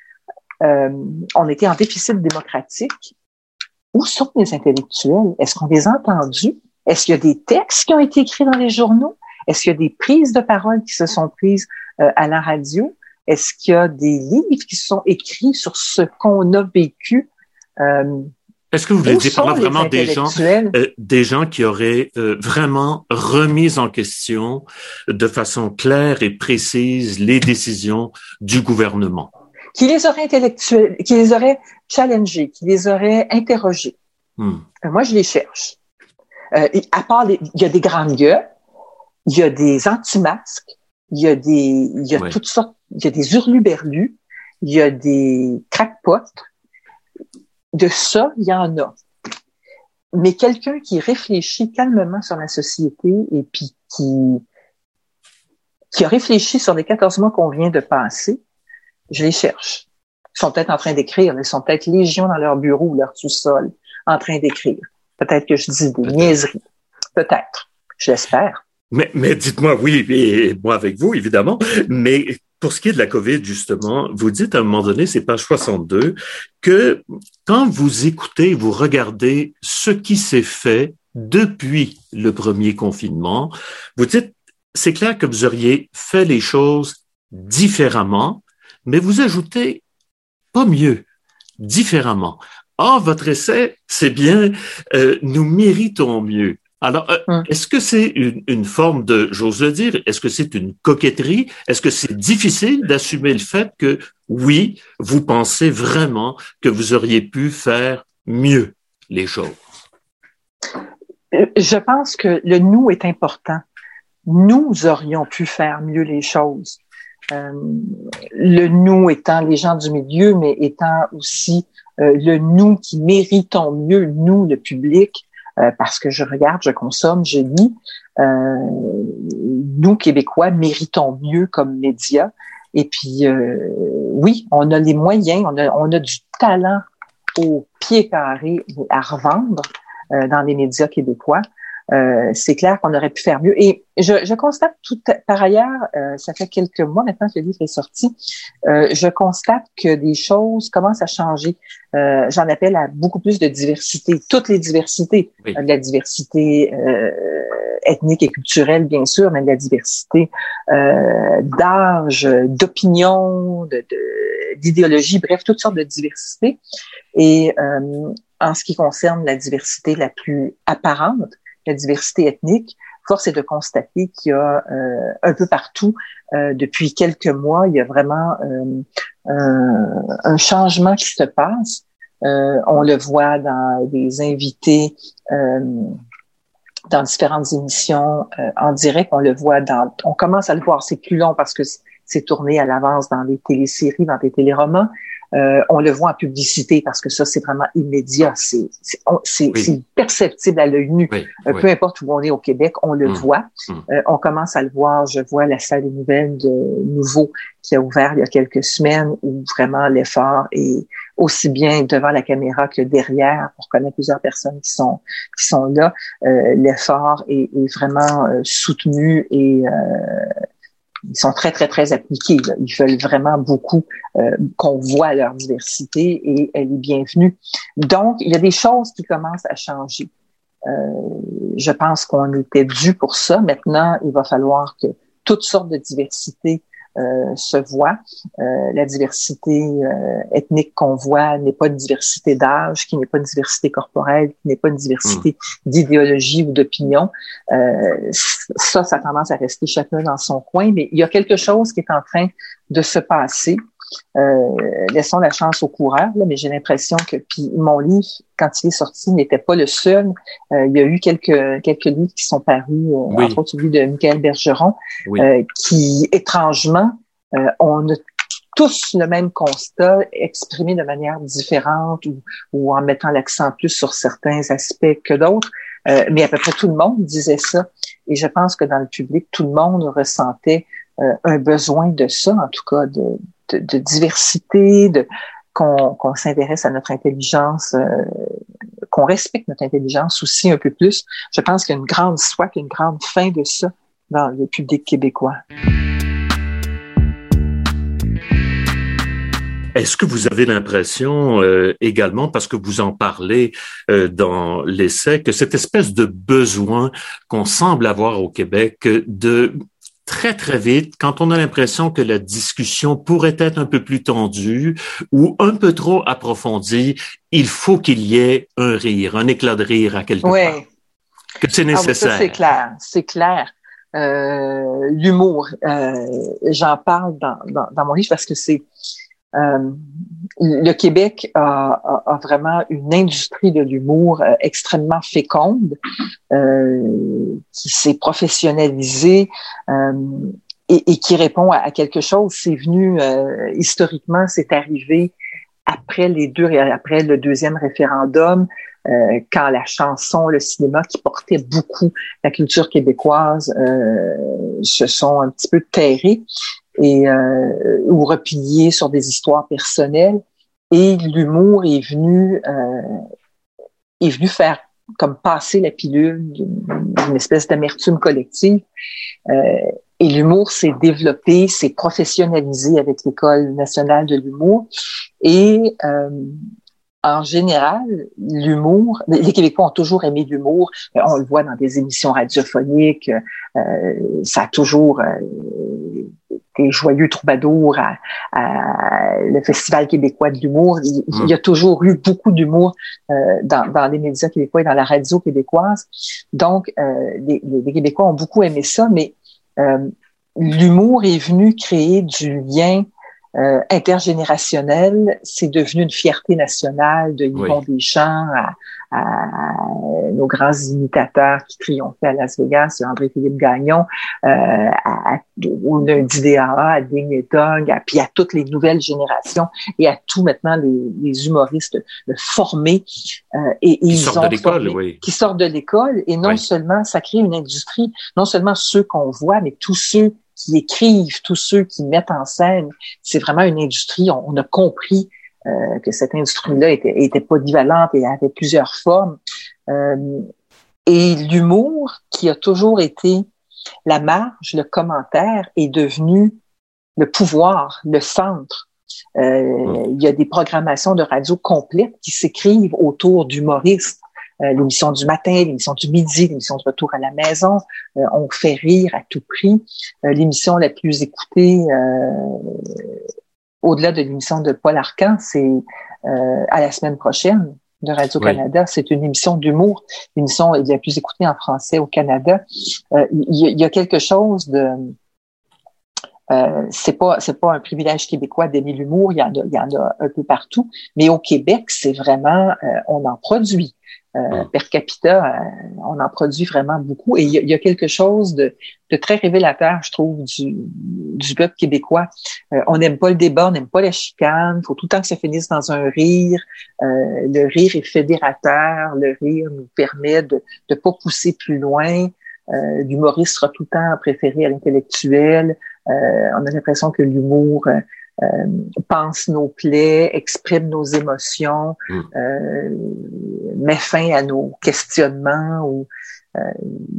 On était en déficit démocratique. Où sont les intellectuels? Est-ce qu'on les a entendus? Est-ce qu'il y a des textes qui ont été écrits dans les journaux? Est-ce qu'il y a des prises de parole qui se sont prises à la radio? Est-ce qu'il y a des livres qui sont écrits sur ce qu'on a vécu? Est-ce que vous voulez dire par là vraiment des gens qui auraient vraiment remis en question de façon claire et précise les décisions du gouvernement? Qui les auraient challengés, qui les auraient interrogés. Moi, je les cherche. À part, il y a des grandes gueules, il y a des anti-masques, il y a toutes sortes, il y a des hurluberlus, il y a des crackpots. De ça, il y en a. Mais quelqu'un qui réfléchit calmement sur la société et puis qui a réfléchi sur les 14 mois qu'on vient de passer, je les cherche. Ils sont peut-être en train d'écrire, ils sont peut-être légion dans leur bureau ou leur sous-sol, en train d'écrire. Peut-être que je dis des niaiseries. Peut-être. Je l'espère. Mais dites-moi, oui, et moi avec vous, évidemment, mais pour ce qui est de la COVID, justement, vous dites à un moment donné, c'est page 62, que quand vous écoutez, vous regardez ce qui s'est fait depuis le premier confinement, vous dites, c'est clair que vous auriez fait les choses différemment, mais vous ajoutez pas mieux, différemment. Or, votre essai, c'est bien « Nous méritons mieux ». Alors, est-ce que c'est une forme de, j'ose le dire, est-ce que c'est une coquetterie? Est-ce que c'est difficile d'assumer le fait que, oui, vous pensez vraiment que vous auriez pu faire mieux les choses? Je pense que le « nous » est important. Nous aurions pu faire mieux les choses. Le « nous » étant les gens du milieu, mais étant aussi le « nous » qui méritons mieux, nous, le public, parce que je regarde, je consomme, je lis. Nous, Québécois, méritons mieux comme médias. Et puis, oui, on a les moyens, on a du talent au pied carré à revendre dans les médias québécois. C'est clair qu'on aurait pu faire mieux. Et je constate par ailleurs, ça fait quelques mois maintenant que le livre est sorti, je constate que des choses commencent à changer. J'en appelle à beaucoup plus de diversité, toutes les diversités, oui. De la diversité ethnique et culturelle, bien sûr, mais de la diversité d'âge, d'opinion, d'idéologie, bref, toutes sortes de diversités. Et en ce qui concerne la diversité la plus apparente, la diversité ethnique, force est de constater qu'il y a un peu partout, depuis quelques mois, il y a vraiment un changement qui se passe. On le voit dans des invités dans différentes émissions en direct, on commence à le voir, c'est plus long parce que c'est tourné à l'avance dans les téléséries, dans les téléromans. On le voit en publicité parce que ça, c'est vraiment immédiat. C'est perceptible à l'œil nu. Oui, peu importe où on est au Québec, on le voit. On commence à le voir. Je vois la salle des nouvelles de Nouveau qui a ouvert il y a quelques semaines où vraiment l'effort est aussi bien devant la caméra que derrière. On reconnaît plusieurs personnes qui sont là. L'effort est vraiment soutenu et ils sont très, très, très appliqués. Là. Ils veulent vraiment beaucoup qu'on voit leur diversité et elle est bienvenue. Donc, il y a des choses qui commencent à changer. Je pense qu'on était dû pour ça. Maintenant, il va falloir que toutes sortes de diversités se voient. La diversité ethnique qu'on voit n'est pas une diversité d'âge, qui n'est pas une diversité corporelle, qui n'est pas une diversité d'idéologie ou d'opinion. Ça a tendance à rester chacun dans son coin, mais il y a quelque chose qui est en train de se passer. Laissons la chance aux coureurs, là, mais j'ai l'impression que, puis mon livre, quand il est sorti, n'était pas le seul. Il y a eu quelques livres qui sont parus, entre autres celui de Michael Bergeron, qui, étrangement, on a tous le même constat, exprimé de manière différente ou en mettant l'accent plus sur certains aspects que d'autres. Mais à peu près tout le monde disait ça. Et je pense que dans le public, tout le monde ressentait un besoin de ça, en tout cas, de diversité, qu'on s'intéresse à notre intelligence, qu'on respecte notre intelligence aussi un peu plus. Je pense qu'il y a une grande soif, une grande faim de ça dans le public québécois. Est-ce que vous avez l'impression également, parce que vous en parlez dans l'essai, que cette espèce de besoin qu'on semble avoir au Québec de très, très vite, quand on a l'impression que la discussion pourrait être un peu plus tendue ou un peu trop approfondie, il faut qu'il y ait un rire, un éclat de rire à quelque part. Que c'est nécessaire. Ça, c'est clair. L'humour, j'en parle dans mon livre parce que c'est le Québec a vraiment une industrie de l'humour extrêmement féconde, qui s'est professionnalisée et qui répond à quelque chose. C'est venu historiquement, c'est arrivé après après le deuxième référendum, quand la chanson, le cinéma qui portait beaucoup la culture québécoise se sont un petit peu terrés et ou repliés sur des histoires personnelles, et l'humour est venu faire comme passer la pilule d'une espèce d'amertume collective. Et l'humour s'est développé, s'est professionnalisé avec l'École nationale de l'humour. Et en général, l'humour, les Québécois ont toujours aimé l'humour. On le voit dans des émissions radiophoniques. Ça a toujours été joyeux troubadours à le Festival québécois de l'humour. Il y a toujours eu beaucoup d'humour dans les médias québécois et dans la radio québécoise. Donc, les Québécois ont beaucoup aimé ça, mais l'humour est venu créer du lien intergénérationnel. C'est devenu une fierté nationale de Yvon Deschamps à nos grands imitateurs qui triomphaient à Las Vegas, André-Philippe Gagnon, au Lundi DAA, à Ding et Dong, puis à toutes les nouvelles générations et à tous maintenant les humoristes formés et qui sortent de l'école, et non seulement ça crée une industrie, non seulement ceux qu'on voit, mais tous ceux qui écrivent, tous ceux qui mettent en scène. C'est vraiment une industrie. On a compris que cette industrie-là était polyvalente et avait plusieurs formes. Et l'humour, qui a toujours été la marge, le commentaire, est devenu le pouvoir, le centre. Il y a des programmations de radio complètes qui s'écrivent autour d'humoristes. L'émission du matin, l'émission du midi, l'émission de retour à la maison, on fait rire à tout prix. L'émission la plus écoutée, au-delà de l'émission de Paul Arcand, c'est à la semaine prochaine de Radio-Canada. C'est une émission d'humour, l'émission la plus écoutée en français au Canada. Il y a quelque chose de... c'est pas un privilège québécois d'aimer l'humour, il y en a un peu partout, mais au Québec, c'est vraiment, on en produit. Per capita, on en produit vraiment beaucoup, et il y a quelque chose de très révélateur, je trouve, du peuple québécois. On n'aime pas le débat, on n'aime pas la chicane, il faut tout le temps que ça finisse dans un rire. Le rire est fédérateur, le rire nous permet de pas pousser plus loin. L'humoriste sera tout le temps préféré à l'intellectuel. On a l'impression que l'humour pense nos plaies, exprime nos émotions, met fin à nos questionnements ou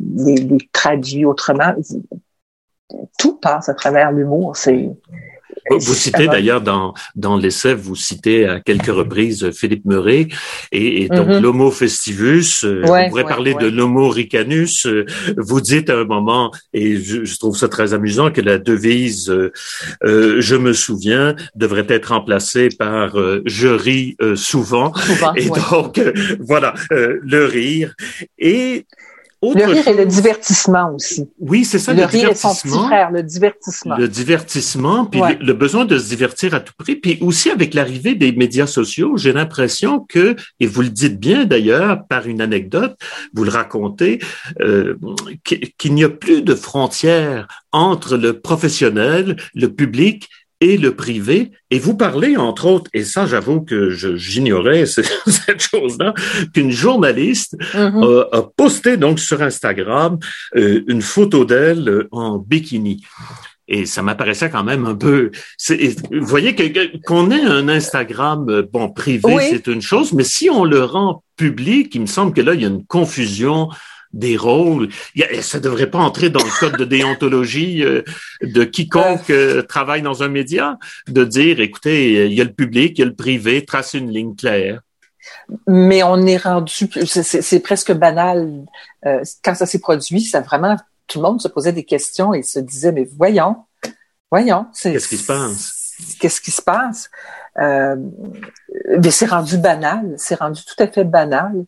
les traduit autrement. Tout passe à travers l'humour. Vous citez d'ailleurs dans l'essai, vous citez à quelques reprises Philippe Meuret et donc l'homo festivus. On pourrait parler de l'homo ricanus. Vous dites à un moment, et je trouve ça très amusant, que la devise je me souviens devrait être remplacée par je ris souvent. Et donc voilà, le rire et le rire et le divertissement aussi. Oui, c'est ça, le rire et son petit frère, le divertissement. Le divertissement, puis le besoin de se divertir à tout prix, puis aussi avec l'arrivée des médias sociaux, j'ai l'impression que, et vous le dites bien d'ailleurs par une anecdote, vous le racontez, qu'il n'y a plus de frontières entre le professionnel, le public et le privé. Et vous parlez, entre autres, et ça, j'avoue que j'ignorais cette chose-là, qu'une journaliste a posté donc sur Instagram une photo d'elle en bikini. Et ça m'apparaissait quand même un peu... Vous voyez qu'on ait un Instagram privé, c'est une chose, mais si on le rend public, il me semble que là, il y a une confusion des rôles. Ça devrait pas entrer dans le code de déontologie de quiconque travaille dans un média, de dire, écoutez, il y a le public, il y a le privé, trace une ligne claire. Mais on est rendu, c'est presque banal. Quand ça s'est produit, ça vraiment, tout le monde se posait des questions et se disait, mais voyons. Qu'est-ce qui se passe? Qu'est-ce qui se passe? Mais c'est rendu banal. C'est rendu tout à fait banal.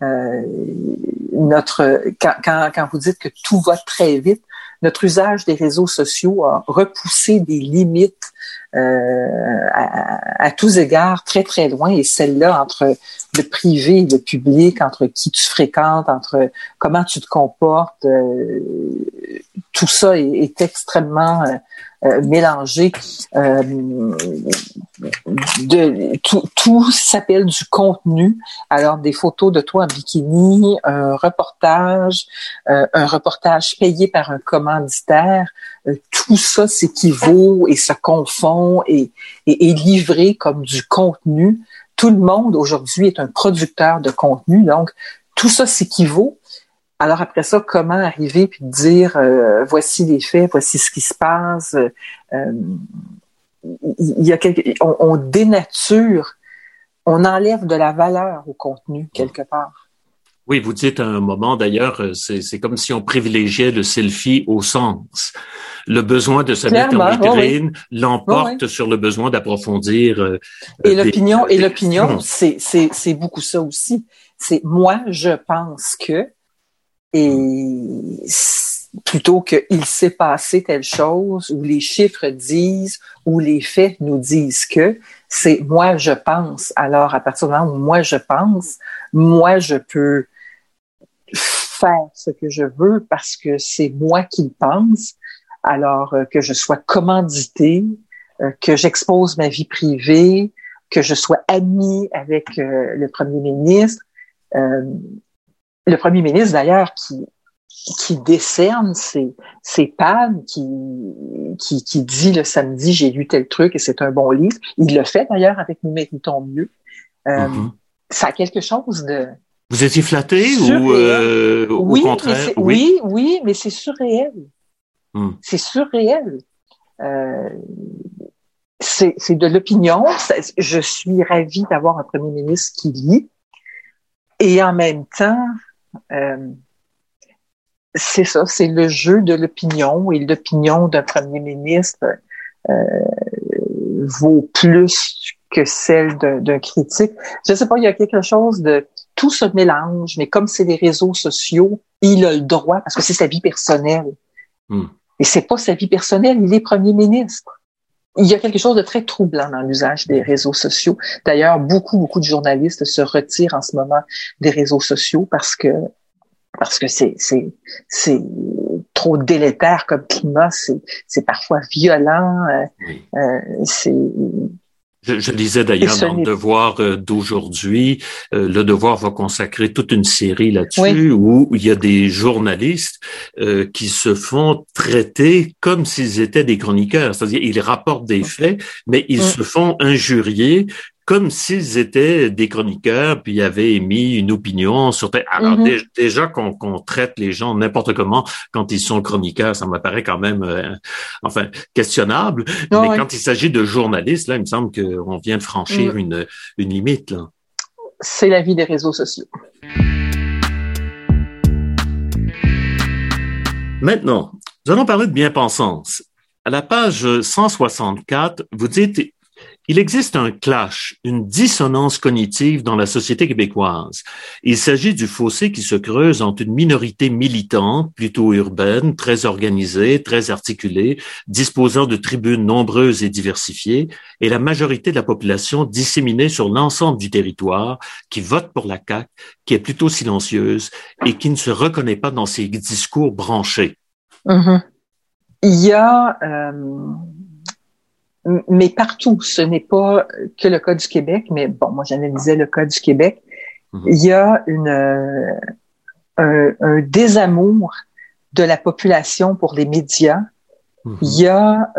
Quand vous dites que tout va très vite, notre usage des réseaux sociaux a repoussé des limites à tous égards très très loin, et celle-là entre le privé et le public, entre qui tu fréquentes, entre comment tu te comportes, tout ça est extrêmement mélangé. Tout s'appelle du contenu. Alors, des photos de toi en bikini, un reportage payé par un commanditaire, tout ça s'équivaut et se confond et est livré comme du contenu. Tout le monde aujourd'hui est un producteur de contenu, donc tout ça s'équivaut. Alors après ça, comment arriver puis dire voici les faits, voici ce qui se passe. Il y a on dénature, on enlève de la valeur au contenu quelque part. Oui, vous dites à un moment d'ailleurs, c'est comme si on privilégiait le selfie au sens. Le besoin de se mettre en vitrine l'emporte sur le besoin d'approfondir. Et l'opinion, c'est beaucoup ça aussi. C'est moi, je pense que. Et plutôt que il s'est passé telle chose, ou les chiffres disent, ou les faits nous disent que, c'est moi je pense. Alors à partir du moment où moi je pense, moi je peux faire ce que je veux parce que c'est moi qui le pense. Alors que je sois commandité, que j'expose ma vie privée, que je sois amie avec le premier ministre. Le premier ministre, d'ailleurs, qui décerne ses pannes, qui dit le samedi, j'ai lu tel truc et c'est un bon livre. Il le fait, d'ailleurs, avec Nous méritons mieux. Ça a quelque chose de... Vous étiez flatté ou au contraire? Oui, mais c'est surréel. C'est surréel. C'est de l'opinion. Je suis ravie d'avoir un premier ministre qui lit. Et en même temps, c'est ça, c'est le jeu de l'opinion, et l'opinion d'un premier ministre vaut plus que celle d'un critique. Je sais pas, il y a quelque chose de... Tout se mélange, mais comme c'est les réseaux sociaux, il a le droit, parce que c'est sa vie personnelle. Et c'est pas sa vie personnelle, il est premier ministre. Il y a quelque chose de très troublant dans l'usage des réseaux sociaux. D'ailleurs, beaucoup de journalistes se retirent en ce moment des réseaux sociaux parce que c'est trop délétère comme climat, c'est parfois violent, Je lisais d'ailleurs dans le Devoir d'aujourd'hui, le Devoir va consacrer toute une série là-dessus où il y a des journalistes qui se font traiter comme s'ils étaient des chroniqueurs, c'est-à-dire ils rapportent des faits, mais ils se font injurier comme s'ils étaient des chroniqueurs, puis avaient émis une opinion sur... Alors, déjà qu'on traite les gens n'importe comment quand ils sont chroniqueurs, ça m'apparaît quand même, questionnable. Mais quand il s'agit de journalistes, là, il me semble qu'on vient de franchir une limite, là. C'est la vie des réseaux sociaux. Maintenant, nous allons parler de bien-pensance. À la page 164, vous dites « Il existe un clash, une dissonance cognitive dans la société québécoise. Il s'agit du fossé qui se creuse entre une minorité militante, plutôt urbaine, très organisée, très articulée, disposant de tribunes nombreuses et diversifiées, et la majorité de la population disséminée sur l'ensemble du territoire, qui vote pour la CAQ, qui est plutôt silencieuse et qui ne se reconnaît pas dans ses discours branchés. » Il y a... Mais partout, ce n'est pas que le cas du Québec, mais bon, moi j'analysais le cas du Québec. Il y a un désamour de la population pour les médias. Il y a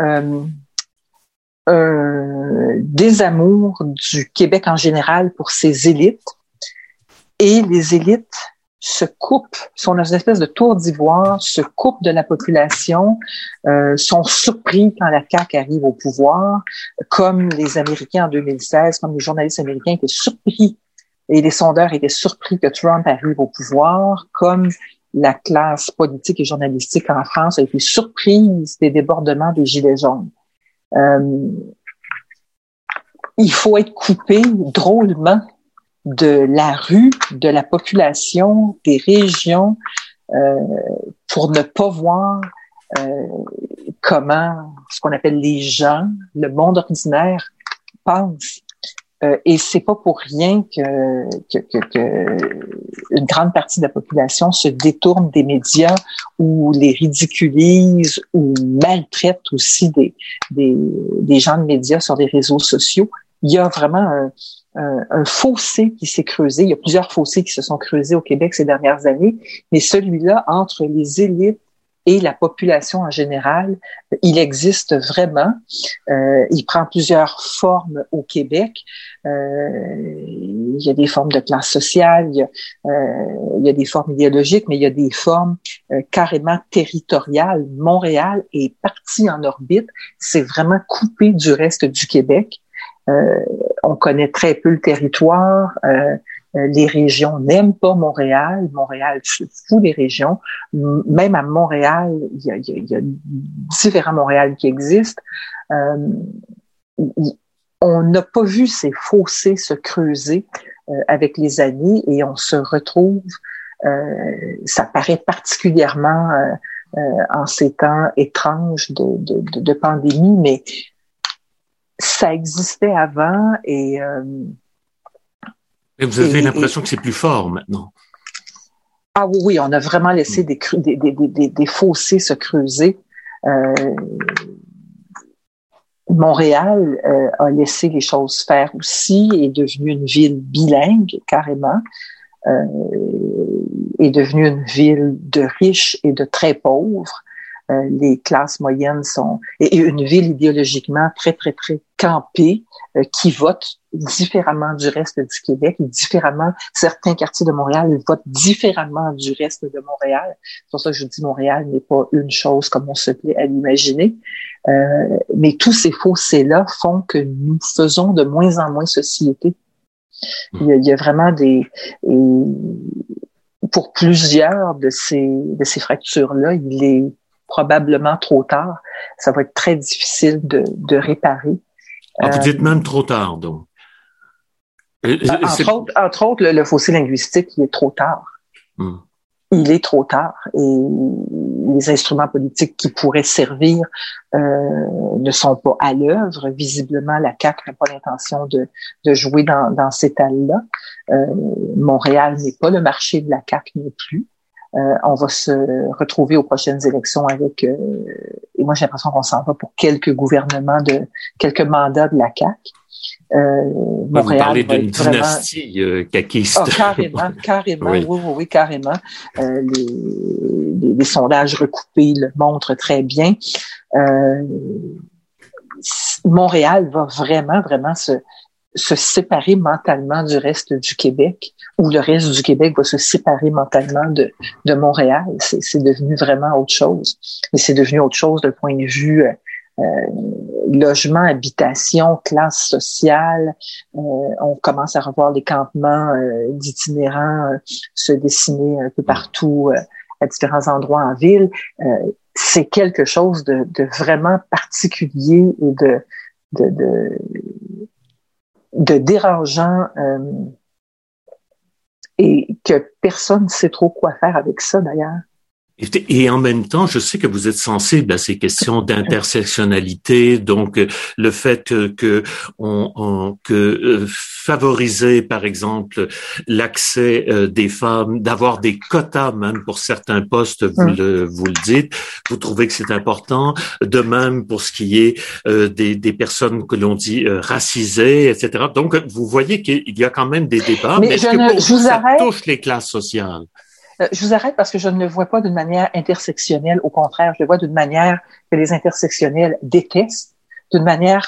un désamour du Québec en général pour ses élites. Et les élites se coupent, sont dans une espèce de tour d'ivoire, se coupent de la population, sont surpris quand la CAQ arrive au pouvoir, comme les Américains en 2016, comme les journalistes américains étaient surpris et les sondeurs étaient surpris que Trump arrive au pouvoir, comme la classe politique et journalistique en France a été surprise des débordements des Gilets jaunes. Il faut être coupé drôlement de la rue, de la population, des régions, pour ne pas voir comment ce qu'on appelle les gens, le monde ordinaire, pensent. Et c'est pas pour rien que une grande partie de la population se détourne des médias ou les ridiculise ou maltraite aussi des gens de médias sur les réseaux sociaux. Il y a vraiment un fossé qui s'est creusé. Il y a plusieurs fossés qui se sont creusés au Québec ces dernières années, mais celui-là, entre les élites et la population en général, il existe vraiment. Il prend plusieurs formes au Québec. Il y a des formes de classe sociale, il y a des formes idéologiques, mais il y a des formes carrément territoriales. Montréal est parti en orbite. C'est vraiment coupé du reste du Québec. On connaît très peu le territoire. Les régions n'aiment pas Montréal. Montréal se fout des régions. Même à Montréal, il y a différents Montréal qui existent. On n'a pas vu ces fossés se creuser avec les années et on se retrouve, ça paraît particulièrement en ces temps étranges de pandémie, mais ça existait avant et vous avez l'impression que c'est plus fort maintenant. Ah oui, on a vraiment laissé des fossés se creuser. Montréal a laissé les choses faire aussi, est devenue une ville bilingue carrément, est devenue une ville de riches et de très pauvres. Les classes moyennes sont... Et une ville idéologiquement très, très, très campée, qui vote différemment du reste du Québec, et différemment, certains quartiers de Montréal votent différemment du reste de Montréal. C'est pour ça que je dis Montréal n'est pas une chose comme on se plaît à l'imaginer. Mais tous ces fossés-là font que nous faisons de moins en moins société. Il y a vraiment pour plusieurs de ces fractures-là, il est probablement trop tard. Ça va être très difficile de réparer. Vous dites même trop tard, donc. Entre autres, le fossé linguistique, il est trop tard. Il est trop tard. Et les instruments politiques qui pourraient servir ne sont pas à l'œuvre. Visiblement, la CAQ n'a pas l'intention de jouer dans cet étal-là. Montréal n'est pas le marché de la CAQ non plus. On va se retrouver aux prochaines élections avec et moi j'ai l'impression qu'on s'en va pour quelques mandats de la CAQ. Montréal, vous parlez d'une dynastie caquiste. Carrément, oui, carrément. Les sondages recoupés le montrent très bien. Montréal va vraiment se séparer mentalement du reste du Québec, ou le reste du Québec va se séparer mentalement de Montréal. C'est devenu vraiment autre chose. Mais c'est devenu autre chose d'un point de vue logement, habitation, classe sociale. On commence à revoir les campements d'itinérants se dessiner un peu partout à différents endroits en ville. C'est quelque chose de vraiment particulier et de dérangeant et que personne ne sait trop quoi faire avec ça d'ailleurs. Et en même temps, je sais que vous êtes sensible à ces questions d'intersectionnalité, donc le fait que favoriser, par exemple, l'accès des femmes, d'avoir des quotas même pour certains postes, vous le dites, vous trouvez que c'est important. De même pour ce qui est des personnes que l'on dit racisées, etc. Donc, vous voyez qu'il y a quand même des débats, mais est-ce que pour vous, ça touche les classes sociales? Je vous arrête parce que je ne le vois pas d'une manière intersectionnelle. Au contraire, je le vois d'une manière que les intersectionnels détestent, d'une manière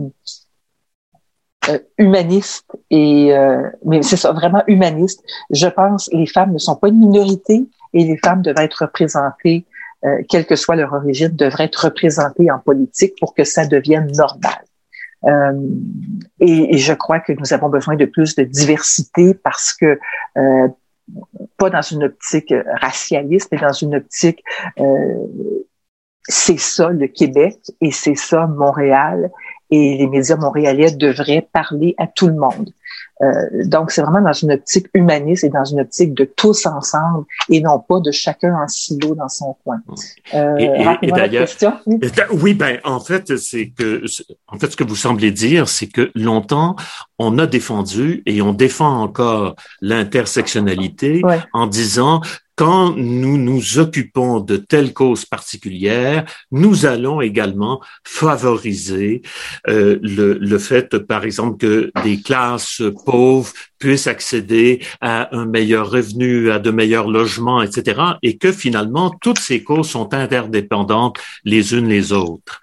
humaniste mais c'est ça, vraiment humaniste. Je pense que les femmes ne sont pas une minorité et les femmes devraient être représentées, quelle que soit leur origine, devraient être représentées en politique pour que ça devienne normal. Et je crois que nous avons besoin de plus de diversité parce que pas dans une optique racialiste, mais dans une optique c'est ça le Québec et c'est ça Montréal et les médias montréalais devraient parler à tout le monde. Donc c'est vraiment dans une optique humaniste et dans une optique de tous ensemble et non pas de chacun en silo dans son coin. Et d'ailleurs, oui, en fait ce que vous semblez dire, c'est que longtemps on a défendu et on défend encore l'intersectionnalité en disant quand nous nous occupons de telles causes particulières, nous allons également favoriser le fait, par exemple, que des classes pauvres puissent accéder à un meilleur revenu, à de meilleurs logements, etc. Et que finalement, toutes ces causes sont interdépendantes les unes les autres.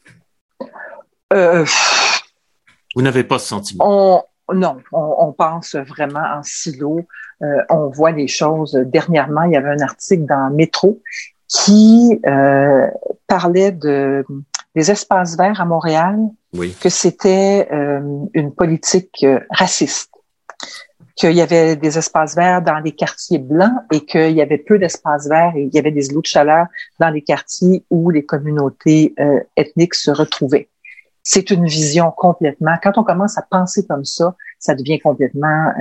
Vous n'avez pas ce sentiment? Non, on pense vraiment en silo. On voit les choses. Dernièrement, il y avait un article dans Métro qui parlait des espaces verts à Montréal, que c'était une politique raciste, qu'il y avait des espaces verts dans les quartiers blancs et qu'il y avait peu d'espaces verts et il y avait des îlots de chaleur dans les quartiers où les communautés ethniques se retrouvaient. C'est une vision complètement. Quand on commence à penser comme ça devient complètement,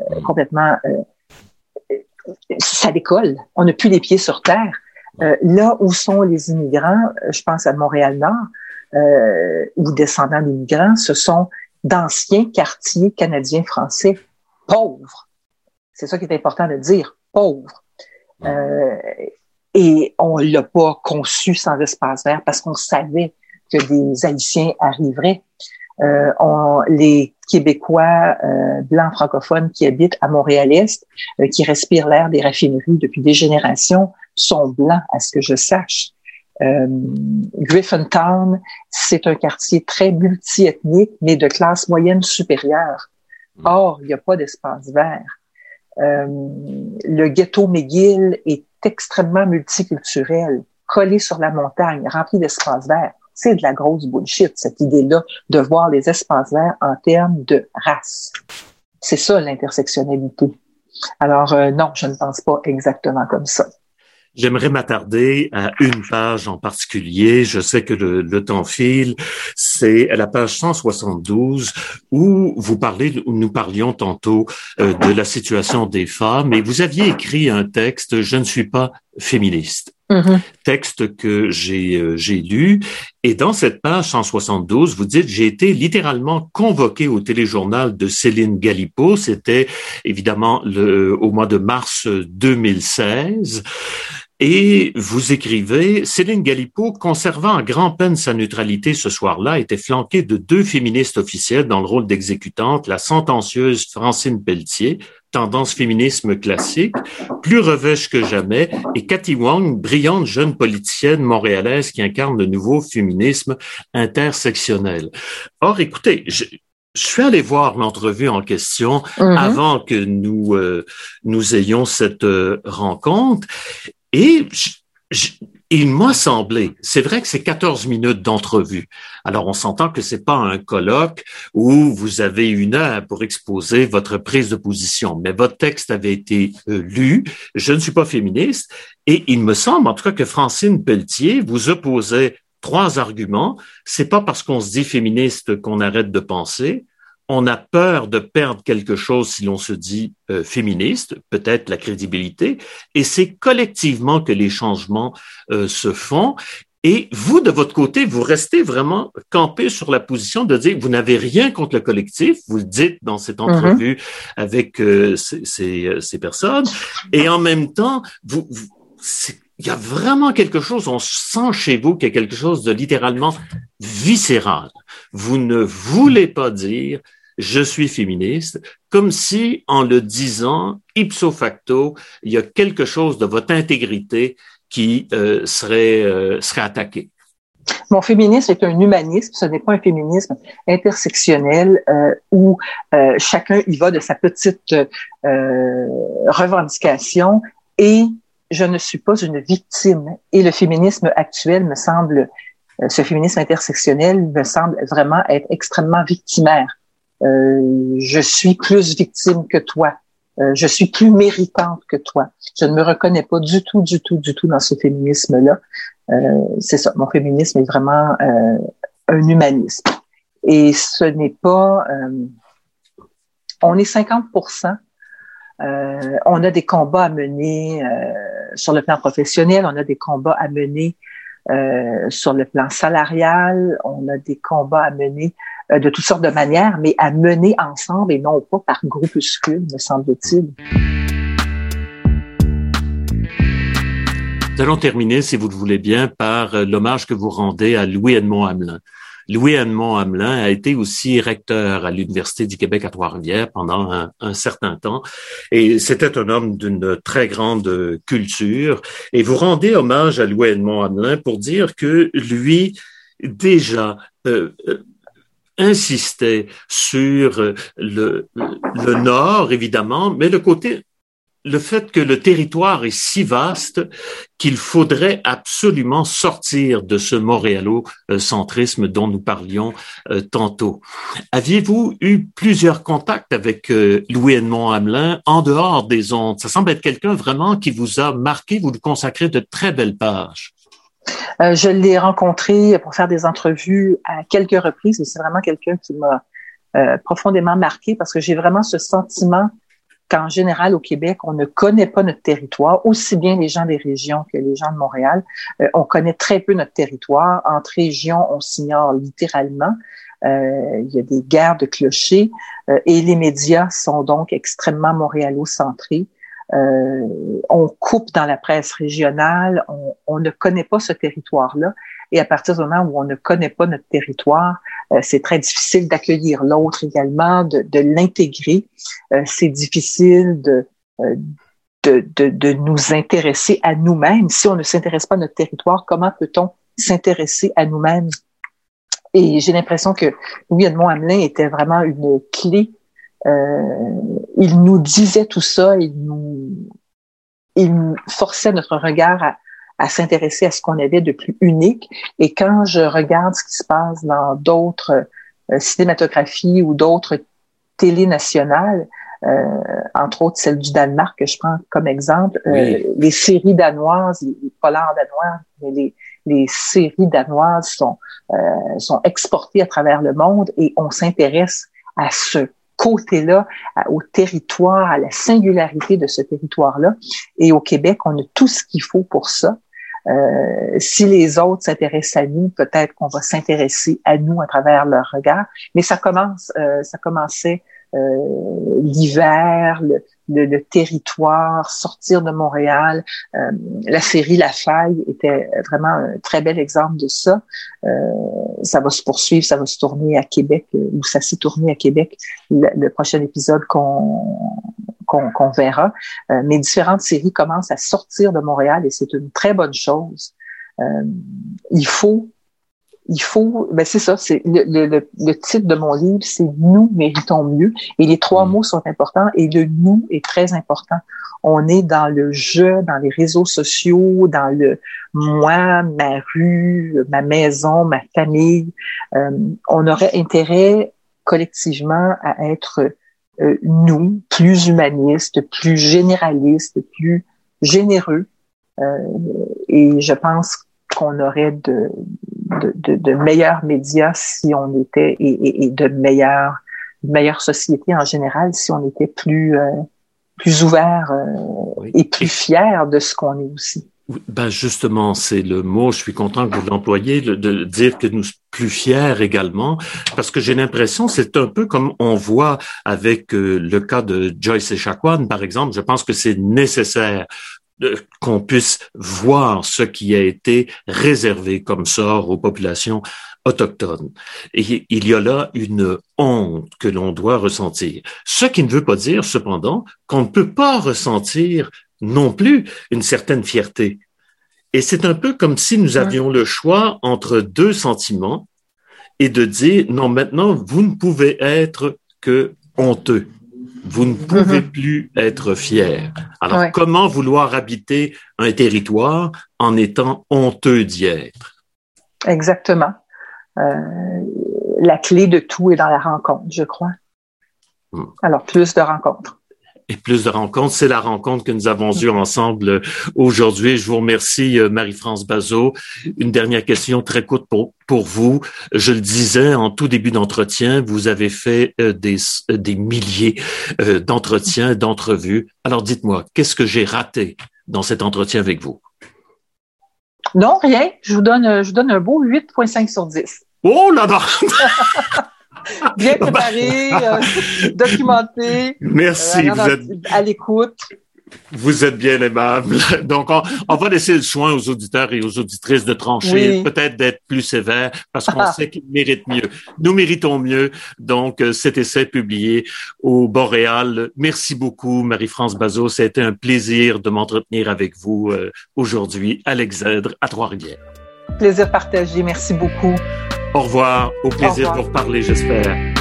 ça décolle. On n'a plus les pieds sur terre. Là où sont les immigrants, je pense à Montréal-Nord, ou descendants d'immigrants, ce sont d'anciens quartiers canadiens-français pauvres. C'est ça qui est important de dire, pauvres. Et on l'a pas conçu sans espace vert parce qu'on savait que des Haïtiens arriveraient. Les Québécois blancs francophones qui habitent à Montréal-Est, qui respirent l'air des raffineries depuis des générations, sont blancs, à ce que je sache. Griffintown, c'est un quartier très multiethnique, mais de classe moyenne supérieure. Or, il n'y a pas d'espace vert. Le ghetto McGill est extrêmement multiculturel, collé sur la montagne, rempli d'espaces verts. C'est de la grosse bullshit, cette idée-là de voir les espaces verts en termes de race. C'est ça, l'intersectionnalité. Alors, non, je ne pense pas exactement comme ça. J'aimerais m'attarder à une page en particulier. Je sais que le temps file. C'est à la page 172 où nous parlions tantôt de la situation des femmes et vous aviez écrit un texte « Je ne suis pas féministe ». Texte que j'ai lu et dans cette page 172 vous dites j'ai été littéralement convoqué au téléjournal de Céline Galipeau, c'était évidemment au mois de mars 2016 et vous écrivez Céline Galipeau, conservant à grand-peine sa neutralité ce soir-là, était flanquée de 2 féministes officielles dans le rôle d'exécutante, la sentencieuse Francine Pelletier, tendance féminisme classique, plus revêche que jamais, et Cathy Wong, brillante jeune politicienne montréalaise qui incarne le nouveau féminisme intersectionnel. Or, écoutez, je suis allé voir l'entrevue en question avant que nous ayons cette rencontre et il m'a semblé, c'est vrai que c'est 14 minutes d'entrevue. Alors, on s'entend que c'est pas un colloque où vous avez 1 heure pour exposer votre prise de position, mais votre texte avait été lu. Je ne suis pas féministe et il me semble, en tout cas, que Francine Pelletier vous opposait 3 arguments. C'est pas parce qu'on se dit féministe qu'on arrête de penser. On a peur de perdre quelque chose si l'on se dit féministe, peut-être la crédibilité, et c'est collectivement que les changements se font. Et vous, de votre côté, vous restez vraiment campé sur la position de dire que vous n'avez rien contre le collectif, vous le dites dans cette entrevue avec ces personnes, et en même temps, il y a vraiment quelque chose, on sent chez vous qu'il y a quelque chose de littéralement viscéral. Vous ne voulez pas dire « je suis féministe », comme si, en le disant, ipso facto, il y a quelque chose de votre intégrité qui serait attaqué. Mon féminisme est un humanisme, ce n'est pas un féminisme intersectionnel où chacun y va de sa petite revendication et je ne suis pas une victime. Et le féminisme actuel me semble, ce féminisme intersectionnel me semble vraiment être extrêmement victimaire. Je suis plus victime que toi. Je suis plus méritante que toi. Je ne me reconnais pas du tout dans ce féminisme-là. C'est ça. Mon féminisme est vraiment un humanisme. Et ce n'est pas... on est 50%. On a des combats à mener sur le plan professionnel. On a des combats à mener sur le plan salarial. On a des combats à mener de toutes sortes de manières, mais à mener ensemble et non pas par groupuscule, me semble-t-il. Nous allons terminer, si vous le voulez bien, par l'hommage que vous rendez à Louis-Edmond Hamelin. Louis-Edmond Hamelin a été aussi recteur à l'Université du Québec à Trois-Rivières pendant un certain temps et c'était un homme d'une très grande culture. Et vous rendez hommage à Louis-Edmond Hamelin pour dire que lui, déjà, insistait sur le nord, évidemment, mais le fait que le territoire est si vaste qu'il faudrait absolument sortir de ce montréalocentrisme dont nous parlions tantôt. Aviez-vous eu plusieurs contacts avec Louis-Edmond Hamelin en dehors des ondes? Ça semble être quelqu'un vraiment qui vous a marqué, vous lui consacrez de très belles pages. Je l'ai rencontré pour faire des entrevues à quelques reprises, et c'est vraiment quelqu'un qui m'a profondément marqué parce que j'ai vraiment ce sentiment qu'en général, au Québec, on ne connaît pas notre territoire, aussi bien les gens des régions que les gens de Montréal. On connaît très peu notre territoire. Entre régions, on s'ignore littéralement. Il y a des guerres de clochers et les médias sont donc extrêmement montréalo-centrés. On coupe dans la presse régionale, on ne connaît pas ce territoire-là. Et à partir du moment où on ne connaît pas notre territoire, c'est très difficile d'accueillir l'autre également, de l'intégrer. C'est difficile de nous intéresser à nous-mêmes. Si on ne s'intéresse pas à notre territoire, comment peut-on s'intéresser à nous-mêmes? Et j'ai l'impression que Louis-Edmond Hamelin était vraiment une clé. Il nous disait tout ça, il forçait notre regard à s'intéresser à ce qu'on avait de plus unique. Et quand je regarde ce qui se passe dans d'autres cinématographies ou d'autres télés nationales, entre autres celle du Danemark que je prends comme exemple, oui. Les séries danoises, les polars danois, mais les séries danoises sont exportées à travers le monde et on s'intéresse à ce côté-là, au territoire, à la singularité de ce territoire-là. Et au Québec, on a tout ce qu'il faut pour ça. Si les autres s'intéressent à nous, peut-être qu'on va s'intéresser à nous à travers leur regard. Mais ça commençait l'hiver, le territoire, sortir de Montréal. La série La Faille était vraiment un très bel exemple de ça. Ça va se poursuivre, ça va se tourner à Québec, ou ça s'est tourné à Québec, le prochain épisode qu'on verra. Mais différentes séries commencent à sortir de Montréal et c'est une très bonne chose. Il faut il faut, c'est ça, c'est le titre de mon livre, c'est Nous méritons mieux. Et les 3 mots sont importants et le nous est très important. On est dans le je, dans les réseaux sociaux, dans le moi, ma rue, ma maison, ma famille. On aurait intérêt collectivement à être nous, plus humanistes, plus généralistes, plus généreux. Et je pense qu'on aurait de meilleurs médias si on était et de meilleure société en général si on était plus ouvert et plus fier de ce qu'on est aussi. Ben justement, c'est le mot, je suis content que vous l'employiez, de dire que nous sommes plus fiers également, parce que j'ai l'impression, c'est un peu comme on voit avec le cas de Joyce Echaquan, par exemple. Je pense que c'est nécessaire qu'on puisse voir ce qui a été réservé comme sort aux populations autochtones. Et il y a là une honte que l'on doit ressentir. Ce qui ne veut pas dire, cependant, qu'on ne peut pas ressentir non plus une certaine fierté. Et c'est un peu comme si nous avions le choix entre 2 sentiments et de dire, non, maintenant, vous ne pouvez être que honteux. Vous ne pouvez plus être fier. Alors, comment vouloir habiter un territoire en étant honteux d'y être? Exactement. La clé de tout est dans la rencontre, je crois. Alors, plus de rencontres. Et plus de rencontres, c'est la rencontre que nous avons eue ensemble aujourd'hui. Je vous remercie, Marie-France Bazot. Une dernière question très courte pour vous. Je le disais en tout début d'entretien, vous avez fait des milliers d'entretiens, d'entrevues. Alors dites-moi, qu'est-ce que j'ai raté dans cet entretien avec vous? Non, rien. Je vous donne un beau 8,5 sur 10. Oh là là! Bien préparé, documenté. Merci. Vous êtes à l'écoute. Vous êtes bien aimable. Donc, on va laisser le soin aux auditeurs et aux auditrices de trancher, peut-être d'être plus sévères, parce qu'on sait qu'ils méritent mieux. Nous méritons mieux. Donc, cet essai publié au Boréal. Merci beaucoup, Marie-France Bazot. Ça a été un plaisir de m'entretenir avec vous aujourd'hui à l'Exèdre, à Trois-Rivières. Plaisir partagé. Merci beaucoup. Au revoir. Au plaisir de vous reparler, j'espère.